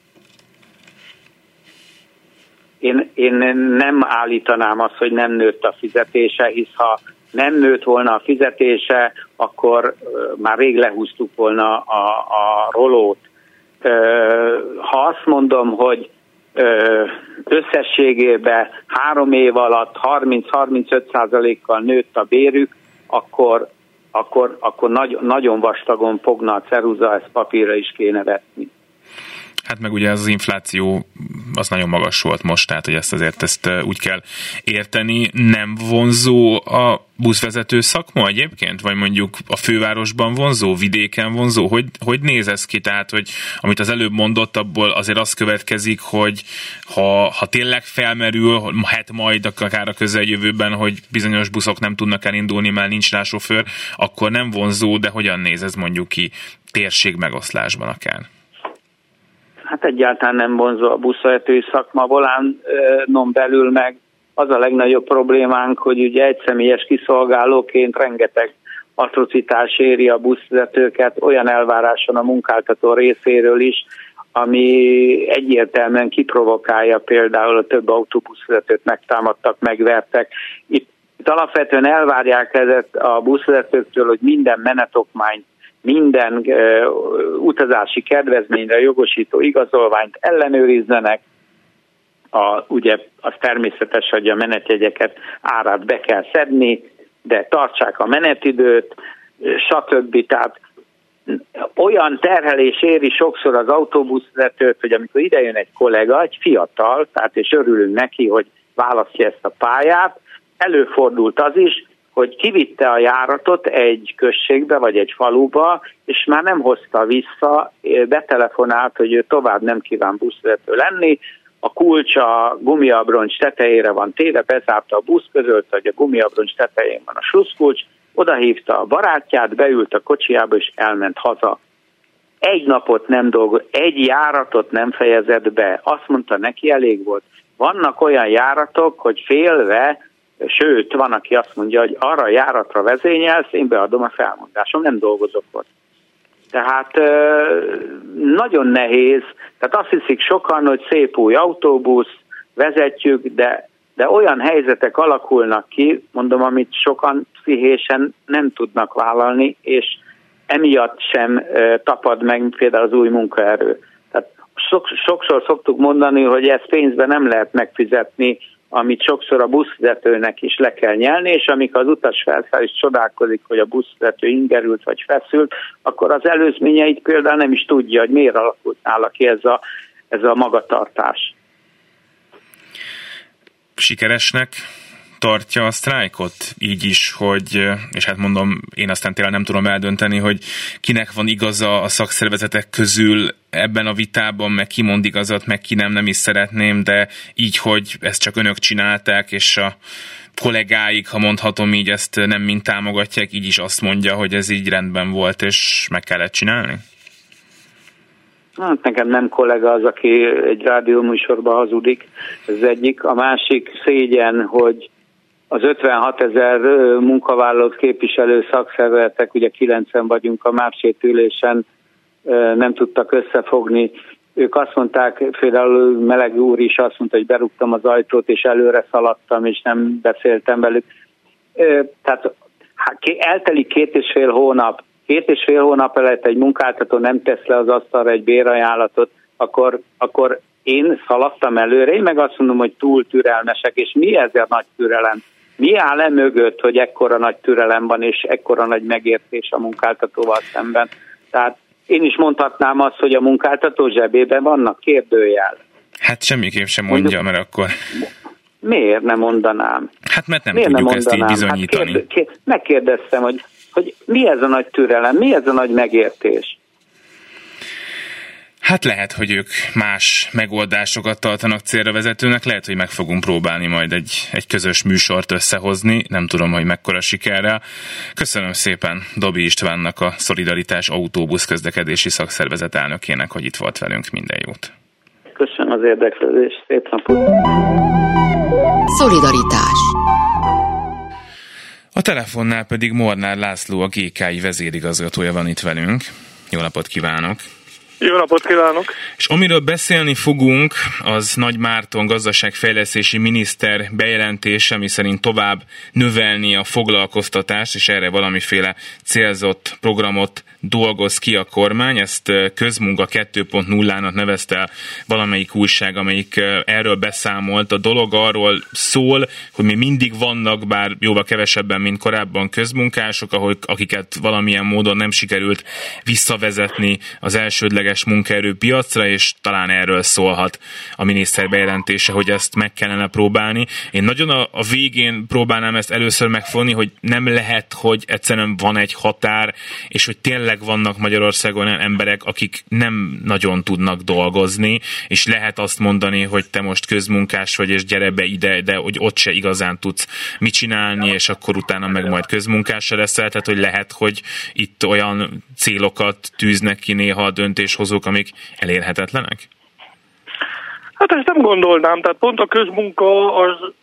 Speaker 4: Én, én nem állítanám azt, hogy nem nőtt a fizetése, hisz ha nem nőtt volna a fizetése, akkor már rég lehúztuk volna a, a rolót. Ha azt mondom, hogy összességében három év alatt harminc-harmincöt százalékkal nőtt a bérük, akkor, akkor, akkor nagy, nagyon vastagon fogna a ceruza, ezt papírra is kéne vetni.
Speaker 2: Hát meg ugye az infláció az nagyon magas volt most, tehát hogy ezt azért ezt úgy kell érteni. Nem vonzó a buszvezető szakma egyébként? Vagy mondjuk a fővárosban vonzó, vidéken vonzó? Hogy, hogy néz ez ki? Tehát, hogy amit az előbb mondott, abból azért az következik, hogy ha, ha tényleg felmerül, hát majd akár a közeljövőben, hogy bizonyos buszok nem tudnak elindulni, mert nincs rá sofőr, akkor nem vonzó, de hogyan néz ez mondjuk ki térség megoszlásban akár?
Speaker 4: Hát egyáltalán nem vonzó a buszvezetői szakma, volánon belül meg az a legnagyobb problémánk, hogy ugye egyszemélyes kiszolgálóként rengeteg atrocitás éri a buszvezetőket, olyan elváráson a munkáltató részéről is, ami egyértelműen kiprovokálja, például a több autóbuszvezetőt megtámadtak, megvertek. Itt, itt alapvetően elvárják ezt a buszvezetőktől, hogy minden menetokmányt, minden uh, utazási kedvezményre jogosító igazolványt ellenőrizzenek. A, ugye az természetes, hogy a menetjegyeket árát be kell szedni, de tartsák a menetidőt, stb. Tehát olyan terhelés éri sokszor az autóbuszvezetőt, hogy amikor idejön egy kollega, egy fiatal, tehát és örülünk neki, hogy választja ezt a pályát, előfordult az is, hogy kivitte a járatot egy községbe vagy egy faluba, és már nem hozta vissza, betelefonált, hogy ő tovább nem kíván buszvezető lenni, a kulcs a gumiabroncs tetejére van téve, bezárta a busz, közölte, hogy a gumiabroncs tetején van a slusszkulcs, odahívta a barátját, beült a kocsiába, és elment haza. Egy napot nem dolgozott, egy járatot nem fejezett be. Azt mondta, neki elég volt. Vannak olyan járatok, hogy félve, sőt, van, aki azt mondja, hogy arra a járatra vezényelsz, én beadom a felmondásom, nem dolgozok ott. Tehát nagyon nehéz, tehát azt hiszik sokan, hogy szép új autóbusz, vezetjük, de, de olyan helyzetek alakulnak ki, mondom, amit sokan pszichésen nem tudnak vállalni, és emiatt sem tapad meg például az új munkaerő. Tehát sokszor szoktuk mondani, hogy ezt pénzben nem lehet megfizetni, amit sokszor a buszvezetőnek is le kell nyelni, és amikor az utas felszáll és csodálkozik, hogy a buszvezető ingerült vagy feszült, akkor az előzményeit például nem is tudja, hogy miért alakult nála ki ez a, ez a magatartás.
Speaker 2: Sikeresnek tartja a sztrájkot így is, hogy, és hát mondom, én aztán tényleg nem tudom eldönteni, hogy kinek van igaza a szakszervezetek közül ebben a vitában, meg ki mond igazat, meg ki nem, nem is szeretném, de így, hogy ezt csak önök csinálták, és a kollégáik, ha mondhatom így, ezt nem mind támogatják, így is azt mondja, hogy ez így rendben volt, és meg kellett csinálni?
Speaker 4: Hát nekem nem kollega az, aki egy rádióműsorban hazudik, ez egyik. A másik szégyen, hogy az ötvenhat ezer munkavállalót képviselő szakszervezetek, ugye kilencen vagyunk a Márcsét ülésen, nem tudtak összefogni. Ők azt mondták, például Meleg úr is azt mondta, hogy berúgtam az ajtót, és előre szaladtam, és nem beszéltem velük. Tehát eltelik két és fél hónap, két és fél hónap előtt egy munkáltató nem tesz le az asztalra egy bérajánlatot, akkor, akkor én szaladtam előre, én meg azt mondom, hogy túl türelmesek, és mi ez a nagy türelem? Mi áll e mögött, hogy ekkora nagy türelem van, és ekkora nagy megértés a munkáltatóval szemben? Tehát én is mondhatnám azt, hogy a munkáltató zsebében vannak, kérdőjel.
Speaker 2: Hát semmiképp sem mondja, mert akkor...
Speaker 4: Miért nem mondanám?
Speaker 2: Hát mert nem
Speaker 4: Miért
Speaker 2: tudjuk
Speaker 4: nem
Speaker 2: ezt így bizonyítani. Hát
Speaker 4: kérde, kérde, megkérdeztem, hogy, hogy mi ez a nagy türelem, mi ez a nagy megértés?
Speaker 2: Hát lehet, hogy ők más megoldásokat tartanak célra vezetőnek, lehet, hogy meg fogunk próbálni majd egy, egy közös műsort összehozni, nem tudom, hogy mekkora sikerrel. Köszönöm szépen Dobi Istvánnak, a Szolidaritás Autóbusz Közlekedési Szakszervezet elnökének, hogy itt volt velünk, minden jót.
Speaker 4: Köszönöm az érdeklődést, szép napot!
Speaker 1: Szolidaritás.
Speaker 2: A telefonnál pedig Molnár László, a gé ká i vezérigazgatója van itt velünk. Jó napot kívánok!
Speaker 5: Jó napot kívánok!
Speaker 2: És amiről beszélni fogunk, az Nagy Márton gazdaságfejlesztési miniszter bejelentése, ami szerint tovább növelni a foglalkoztatást, és erre valamiféle célzott programot dolgoz ki a kormány. Ezt közmunka kettő pont nullának nevezte el valamelyik újság, amelyik erről beszámolt. A dolog arról szól, hogy még mindig vannak, bár jóval kevesebben, mint korábban közmunkások, ahol, akiket valamilyen módon nem sikerült visszavezetni az elsődleges munkaerőpiacra, és talán erről szólhat a miniszter bejelentése, hogy ezt meg kellene próbálni. Én nagyon a, a végén próbálnám ezt először megfogni, hogy nem lehet, hogy egyszerűen van egy határ, és hogy tényleg vannak Magyarországon olyan emberek, akik nem nagyon tudnak dolgozni, és lehet azt mondani, hogy te most közmunkás vagy, és gyere be ide, de hogy ott se igazán tudsz mit csinálni, és akkor utána meg majd közmunkásra leszel, tehát hogy lehet, hogy itt olyan célokat tűznek ki néha a döntéshozók, amik elérhetetlenek?
Speaker 5: Hát ezt nem gondolnám, tehát pont a közmunka az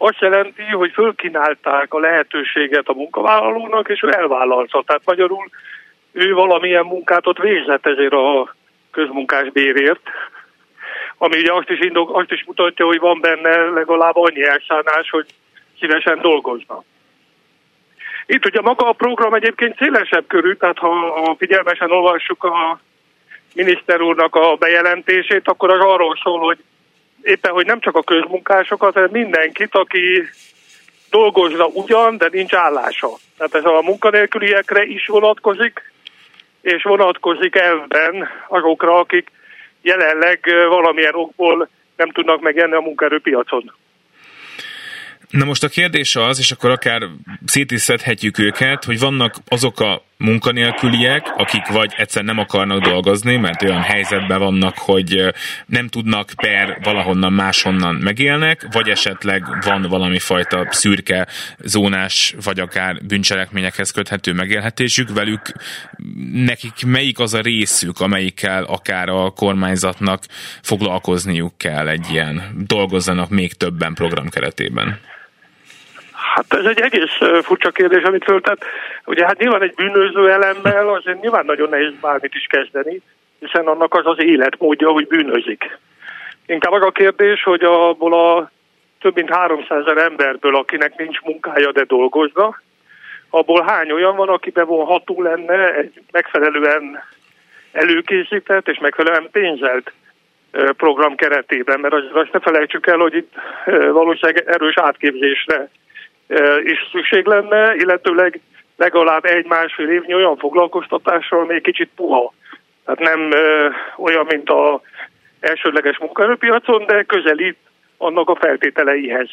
Speaker 5: azt jelenti, hogy fölkínálták a lehetőséget a munkavállalónak, és ő elvállalta. Tehát magyarul ő valamilyen munkát ott végzett ezért a közmunkás bérért, ami ugye azt is, indok, azt is mutatja, hogy van benne legalább annyi elszánás, hogy szívesen dolgozna. Itt ugye maga a program egyébként szélesebb körű, tehát ha, ha figyelmesen olvassuk a miniszter úrnak a bejelentését, akkor az arról szól, hogy éppen, hogy nem csak a közmunkásokat, hanem mindenkit, aki dolgozna ugyan, de nincs állása. Tehát ez a munkanélküliekre is vonatkozik, és vonatkozik elvben azokra, akik jelenleg valamilyen okból nem tudnak megjelenni a munkaerőpiacon.
Speaker 2: Na most a kérdés az, és akkor akár szét is szedhetjük őket, hogy vannak azok a munkanélküliek, akik vagy egyszer nem akarnak dolgozni, mert olyan helyzetben vannak, hogy nem tudnak per valahonnan máshonnan megélnek, vagy esetleg van valami fajta szürke zónás, vagy akár bűncselekményekhez köthető megélhetésük, velük nekik melyik az a részük, amelyikkel akár a kormányzatnak foglalkozniuk kell egy ilyen dolgozzanak még többen program keretében?
Speaker 5: Hát ez egy egész furcsa kérdés, amit föltett. Ugye hát nyilván egy bűnöző elemmel azért nyilván nagyon nehéz bármit is kezdeni, hiszen annak az az életmódja, hogy bűnözik. Inkább az a kérdés, hogy abból a több mint háromszázezer emberből, akinek nincs munkája, de dolgozna, abból hány olyan van, aki bevonható lenne egy megfelelően előkészített és megfelelően pénzelt program keretében, mert azt ne felejtsük el, hogy itt valószínűleg erős átképzésre is szükség lenne, illetőleg legalább egy-másfél évnyi olyan foglalkoztatással még kicsit puha. Tehát nem ö, olyan, mint az elsődleges munkaerőpiacon, de közelít annak a feltételeihez.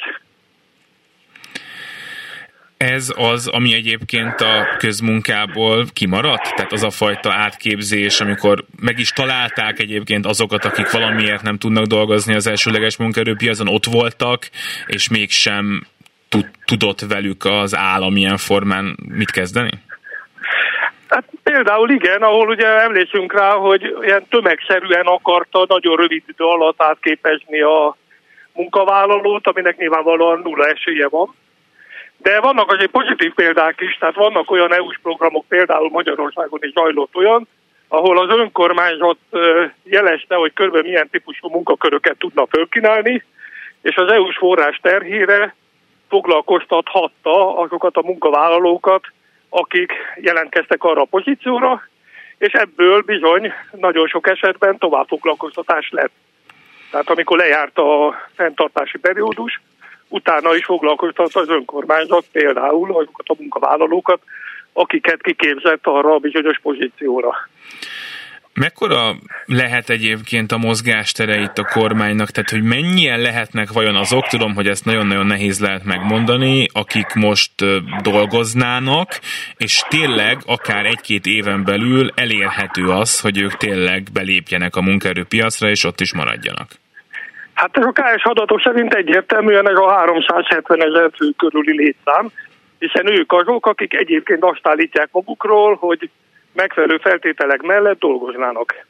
Speaker 2: Ez az, ami egyébként a közmunkából kimaradt? Tehát az a fajta átképzés, amikor meg is találták egyébként azokat, akik valamiért nem tudnak dolgozni az elsődleges munkaerőpiacon, ott voltak, és mégsem tudott velük az állam ilyen formán mit kezdeni?
Speaker 5: Hát például igen, ahol ugye emlékszünk rá, hogy ilyen tömegszerűen akarta nagyon rövid idő alatt átképezni a munkavállalót, aminek nyilvánvalóan nulla esélye van. De vannak azért pozitív példák is, tehát vannak olyan é u-s programok, például Magyarországon is zajlott olyan, ahol az önkormányzat jelezte, hogy körülbelül milyen típusú munkaköröket tudna fölkínálni, és az é u-s forrás terhére foglalkoztathatta azokat a munkavállalókat, akik jelentkeztek arra a pozícióra, és ebből bizony nagyon sok esetben továbbfoglalkoztatás lett. Tehát amikor lejárt a fenntartási periódus, utána is foglalkoztatta az önkormányzat például azokat a munkavállalókat, akiket kiképzett arra a bizonyos pozícióra.
Speaker 2: Mekkora lehet egyébként a mozgástere itt a kormánynak, tehát hogy mennyien lehetnek vajon azok, tudom, hogy ezt nagyon-nagyon nehéz lehet megmondani, akik most dolgoznának, és tényleg akár egy-két éven belül elérhető az, hogy ők tényleg belépjenek a munkaerőpiacra, és ott is maradjanak?
Speaker 5: Hát ez a ká es adatok szerint egyértelműen ez a háromszázhetvenezer fő körüli létszám, hiszen ők azok, akik egyébként azt állítják magukról, hogy megfelelő feltételek mellett dolgoznának.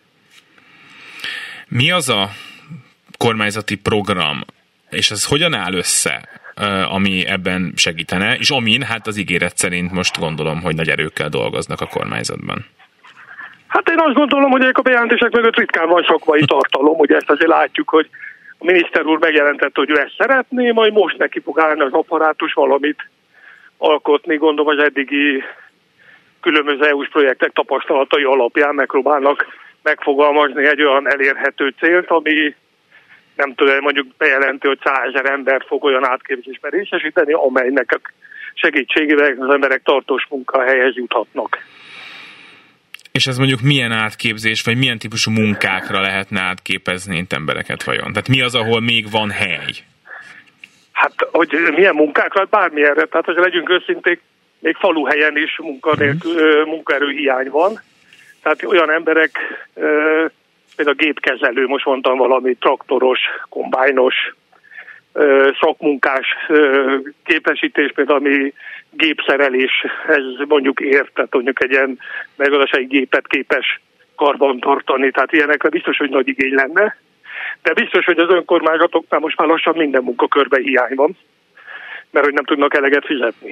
Speaker 2: Mi az a kormányzati program, és ez hogyan áll össze, ami ebben segítene, és amin hát az ígéret szerint most gondolom, hogy nagy erőkkel dolgoznak a kormányzatban?
Speaker 5: Hát én azt gondolom, hogy a bejelentések mögött ritkán van szakmai tartalom, ugye ezt azért látjuk, hogy a miniszter úr megjelentette, hogy ő ezt szeretné, majd most neki fog állni az apparátus valamit alkotni, gondolom az eddigi különböző é u-s projektek tapasztalatai alapján megpróbálnak megfogalmazni egy olyan elérhető célt, ami nem tudom, mondjuk bejelenti, hogy százezer ember fog olyan átképzésben részesíteni, amelynek segítségével az emberek tartós munkahelyhez juthatnak.
Speaker 2: És ez mondjuk milyen átképzés, vagy milyen típusú munkákra lehetne átképezni itt embereket vajon? Tehát mi az, ahol még van hely? Hát, hogy
Speaker 5: milyen munkákra? Bármilyenre. Tehát, hogy legyünk őszinték, még faluhelyen is munkanélkül, munkaerő hiány van. Tehát olyan emberek, például a gépkezelő, most mondtam valami traktoros, kombájnos, szakmunkás képesítés, például ami gépszereléshez mondjuk ért, tehát mondjuk egy ilyen megadási gépet képes karban tartani, tehát ilyenekre biztos, hogy nagy igény lenne. De biztos, hogy az önkormányzatoknál most már lassan minden munkakörben hiány van. mert hogy nem tudnak eleget fizetni.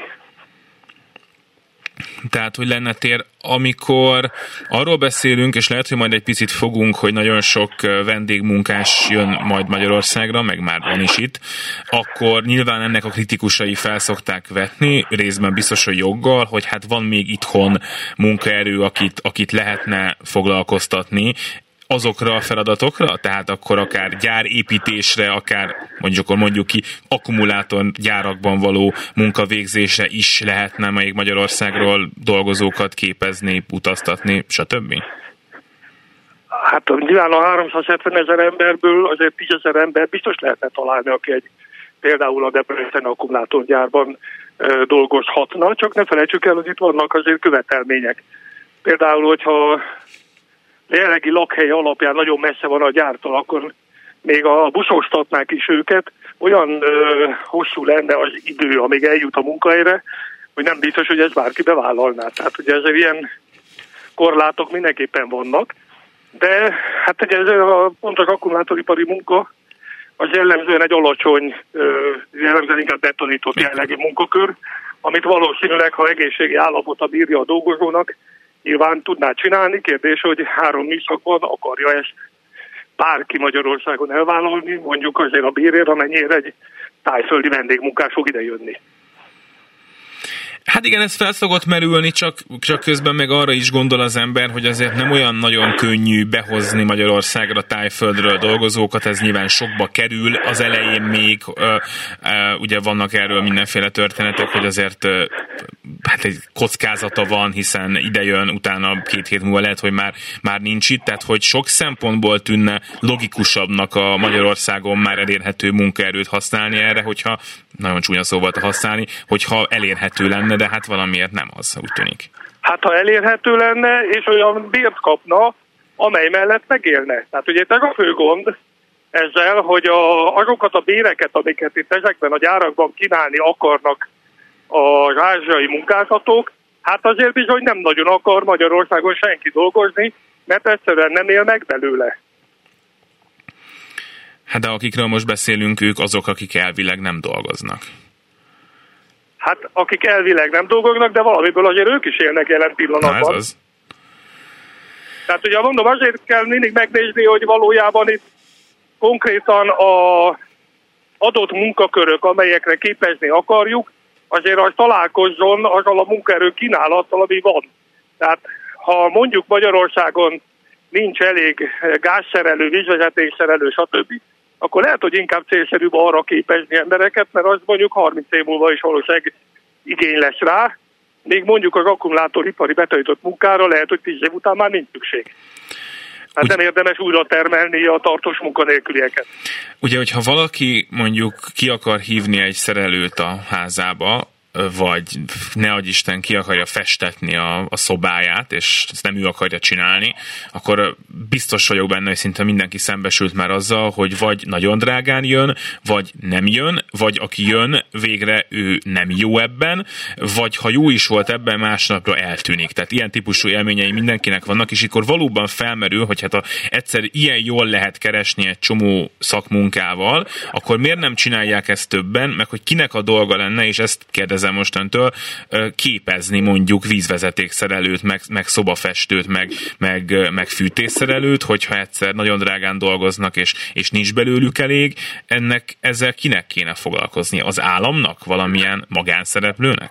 Speaker 2: Tehát, hogy lenne tér, amikor arról beszélünk, és lehet, hogy majd egy picit fogunk, hogy nagyon sok vendégmunkás jön majd Magyarországra, meg már van is itt, akkor nyilván ennek a kritikusai felszokták vetni, részben biztos, hogy joggal, hogy hát van még itthon munkaerő, akit, akit lehetne foglalkoztatni, azokra a feladatokra, tehát akkor akár gyárépítésre, akár mondjuk, mondjuk ki akkumulátorgyárakban való munkavégzésre is lehetne még Magyarországról dolgozókat képezni, utaztatni, stb.?
Speaker 5: Hát nyilván a háromszázhetven ezer emberből azért tízezer ember biztos lehetne találni, aki egy például a Debrecen akkumulátorgyárban e, dolgozhatna, csak ne felejtsük el, hogy itt vannak azért követelmények. Például, hogyha jelenlegi lakhely alapján nagyon messze van a gyártól, akkor még a buszoztatnák is őket, olyan ö, hosszú lenne az idő, amíg eljut a munkahelyre, hogy nem biztos, hogy ez bárki bevállalná. Tehát ugye ezért ilyen korlátok mindenképpen vannak, de hát ugye ez a pontos akkumulátoripari munka az jellemzően egy alacsony, ö, jellemzően inkább betonított jelenlegi munkakör, amit valószínűleg, ha egészségi állapota bírja a dolgozónak, nyilván tudná csinálni. Kérdés, hogy három műszakban akarja ezt bárki Magyarországon elvállalni, mondjuk azért a bérért, amennyire egy tájföldi vendégmunkás fog idejönni.
Speaker 2: Hát igen, ez fel szokott merülni, csak, csak közben meg arra is gondol az ember, hogy azért nem olyan nagyon könnyű behozni Magyarországra tájföldről dolgozókat, ez nyilván sokba kerül, az elején még ö, ö, ugye vannak erről mindenféle történetek, hogy azért ö, hát egy kockázata van, hiszen idejön, utána két hét múlva lehet, hogy már, már nincs itt, tehát hogy sok szempontból tűnne logikusabbnak a Magyarországon már elérhető munkaerőt használni erre, hogyha nagyon csúnya szó volt a használni, hogyha elérhető lenne, de hát valamiért nem az, úgy tűnik.
Speaker 5: Hát ha elérhető lenne, és olyan bért kapna, amely mellett megélne. Tehát ugye ez a fő gond ezzel, hogy a, azokat a béreket, amiket itt ezekben a gyárakban kínálni akarnak az ázsiai munkáltatók, hát azért bizony nem nagyon akar Magyarországon senki dolgozni, mert egyszerűen nem él meg belőle.
Speaker 2: Hát de akikről most beszélünk, ők azok, akik elvileg nem dolgoznak.
Speaker 5: Hát akik elvileg nem dolgoznak, de valamiből azért ők is élnek jelen pillanatban.
Speaker 2: Na ez az.
Speaker 5: Tehát ugye mondom, azért kell mindig megnézni, hogy valójában itt konkrétan a adott munkakörök, amelyekre képezni akarjuk, azért az találkozzon azzal a munkaerő kínálattal, ami van. Tehát ha mondjuk Magyarországon nincs elég gázszerelő, vízvezetékszerelő, stb., akkor lehet, hogy inkább célszerűbb arra képezni embereket, mert az mondjuk harminc év múlva is valószínűleg igény lesz rá, még mondjuk az akkumulátoripari betanított munkára lehet, hogy tíz év után már nincs szükség. Hát nem érdemes újra termelni a tartós munkanélkülieket.
Speaker 2: Ugye, hogyha valaki mondjuk ki akar hívni egy szerelőt a házába, vagy ne adj Isten ki akarja festetni a, a szobáját, és ezt nem ő akarja csinálni, akkor biztos vagyok benne, hogy szinte mindenki szembesült már azzal, hogy vagy nagyon drágán jön, vagy nem jön, vagy aki jön, végre ő nem jó ebben, vagy ha jó is volt ebben, másnapra eltűnik. Tehát ilyen típusú élményei mindenkinek vannak, és akkor valóban felmerül, hogy hát ha egyszer ilyen jól lehet keresni egy csomó szakmunkával, akkor miért nem csinálják ezt többen, meg hogy kinek a dolga lenne, és ezt kérdezem mostantól, képezni mondjuk vízvezetékszerelőt, meg, meg szobafestőt, meg, meg, meg fűtésszerelőt, hogyha egyszer nagyon drágán dolgoznak, és, és nincs belőlük elég, ennek ezzel kinek kéne foglalkozni? Az államnak? Valamilyen magánszereplőnek?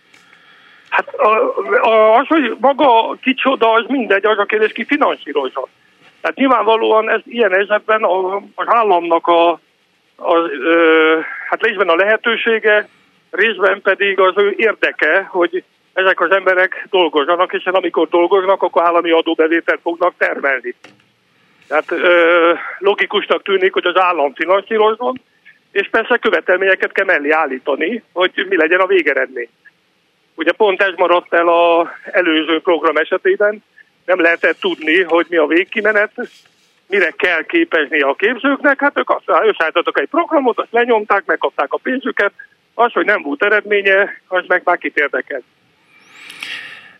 Speaker 5: Hát a, a, az, hogy maga kicsoda, az mindegy, az a kérdés, ki finanszírozza. Tehát nyilvánvalóan ez ilyen esetben a, az államnak a, a, ö, hát részben a lehetősége, részben pedig az ő érdeke, hogy ezek az emberek dolgozzanak, hiszen amikor dolgoznak, akkor állami adóbevételt fognak termelni. Tehát ö, logikusnak tűnik, hogy az állam finanszírozzon, és persze követelményeket kell mellé állítani, hogy mi legyen a végeredmény. Ugye pont ez maradt el az előző program esetében, nem lehetett tudni, hogy mi a végkimenet, mire kell képezni a képzőknek, hát ők összeállítottak egy programot, azt lenyomták, megkapták a pénzüket, az, hogy nem volt eredménye, az meg már kit érdekel.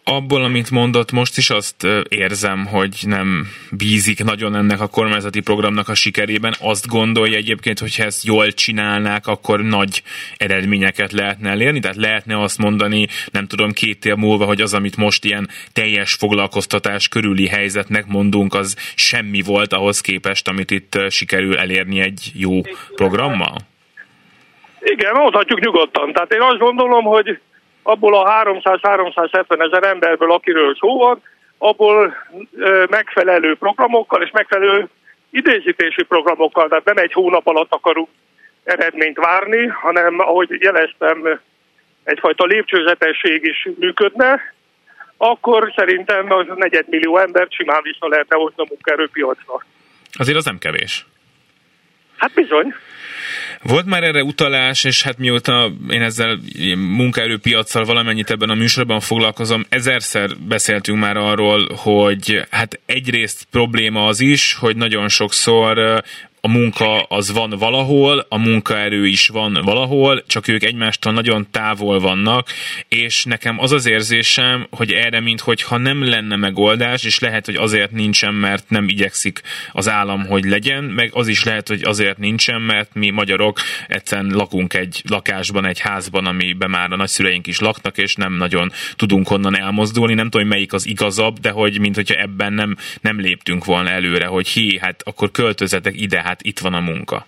Speaker 2: abból, amit mondott, most is azt érzem, hogy nem bízik nagyon ennek a kormányzati programnak a sikerében. Azt gondolja egyébként, hogyha ezt jól csinálnák, akkor nagy eredményeket lehetne elérni. Tehát lehetne azt mondani, nem tudom, két év múlva, hogy az, amit most ilyen teljes foglalkoztatás körüli helyzetnek mondunk, az semmi volt ahhoz képest, amit itt sikerül elérni egy jó programmal?
Speaker 5: Igen, mondhatjuk nyugodtan. Tehát én azt gondolom, hogy abból a háromszáz-háromszázhetven ezer emberből, akiről szó van, abból ö, megfelelő programokkal és megfelelő idézítési programokkal, tehát nem egy hónap alatt akarunk eredményt várni, hanem ahogy jeleztem, egyfajta lépcsőzetesség is működne, akkor szerintem a negyedmillió embert simán vissza lehetne hozni a munkaerőpiacra.
Speaker 2: Azért az nem kevés.
Speaker 5: Hát bizony.
Speaker 2: Volt már erre utalás, és hát mióta én ezzel munkaerőpiaccal valamennyit ebben a műsorban foglalkozom, ezerszer beszéltünk már arról, hogy hát egyrészt probléma az is, hogy nagyon sokszor a munka az van valahol, a munkaerő is van valahol, csak ők egymástól nagyon távol vannak, és nekem az az érzésem, hogy erre minthogyha nem lenne megoldás, és lehet, hogy azért nincsen, mert nem igyekszik az állam, hogy legyen, meg az is lehet, hogy azért nincsen, mert mi magyarok egyszerűen lakunk egy lakásban, egy házban, amiben már a nagyszüleink is laknak, és nem nagyon tudunk onnan elmozdulni. Nem tudom, hogy melyik az igazabb, de hogy minthogyha ebben nem, nem léptünk volna előre, hogy hi, hát akkor költözetek ide, hát itt van a munka.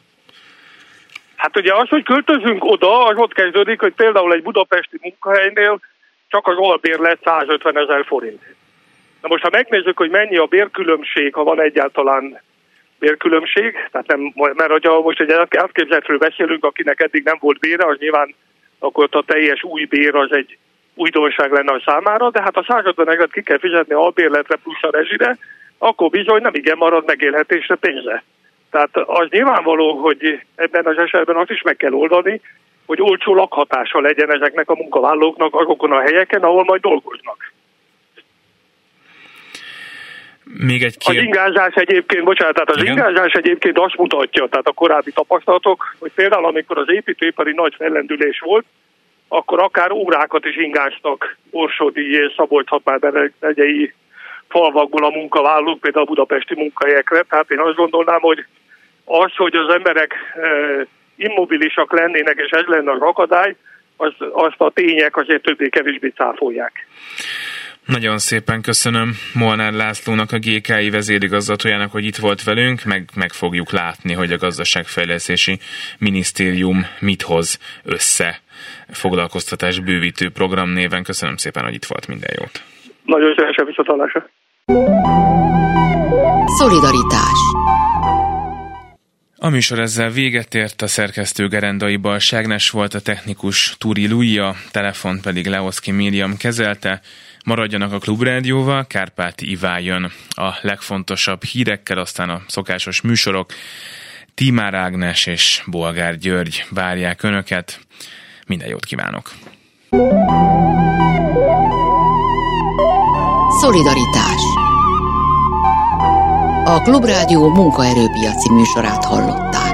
Speaker 5: Hát ugye az, hogy költözünk oda, az ott kezdődik, hogy például egy budapesti munkahelynél csak az albérlet százötven ezer forint. Na most, ha megnézzük, hogy mennyi a bérkülönbség, ha van egyáltalán bérkülönbség, tehát nem, mert ha most egy átképzetről beszélünk, akinek eddig nem volt bére, az nyilván akkor a teljes új bér az egy újdonság lenne a számára, de hát a százötven ezeret ki kell fizetni albérletre plusz a rezsire, akkor bizony nem igen marad megélhetésre pénze. Tehát az nyilvánvaló, hogy ebben az esetben azt is meg kell oldani, hogy olcsó lakhatása legyen ezeknek a munkavállalóknak azokon a helyeken, ahol majd dolgoznak.
Speaker 2: Még egy kér...
Speaker 5: Az ingázás egyébként, bocsánat, tehát az
Speaker 2: Igen?
Speaker 5: ingázás egyébként azt mutatja, tehát a korábbi tapasztalatok, hogy például amikor az építőipari nagy fellendülés volt, akkor akár órákat is ingáztak Borsodi és Szabolcs-Hatmár-megyei falvakból a munkavállalók, például a budapesti munkahelyekre. Tehát én azt gondolnám, hogy az, hogy az emberek e, immobilisak lennének, és ez lenne az akadály, az, azt a tények azért többé-kevésbé cáfolják.
Speaker 2: Nagyon szépen köszönöm Molnár Lászlónak, a gé ká i vezérigazgatójának, hogy itt volt velünk, meg, meg fogjuk látni, hogy a Gazdaságfejlesztési Minisztérium mit hoz össze foglalkoztatás bővítő program néven. Köszönöm szépen, hogy itt volt, minden jót.
Speaker 5: Nagyon szívesen, viszontlátásra.
Speaker 1: Szolidaritás.
Speaker 2: A műsor ezzel véget ért, a szerkesztő Gerendai Balázs Ágnes volt, a technikus Turi Lujja, a telefon pedig Leoszki Miriam kezelte. Maradjanak a Klubrádióval, Kárpáti Iván jön a legfontosabb hírekkel, aztán a szokásos műsorok. Tímár Ágnes és Bolgár György várják Önöket. Minden jót kívánok!
Speaker 1: Szolidaritás. A Klubrádió munkaerőpiaci műsorát hallották.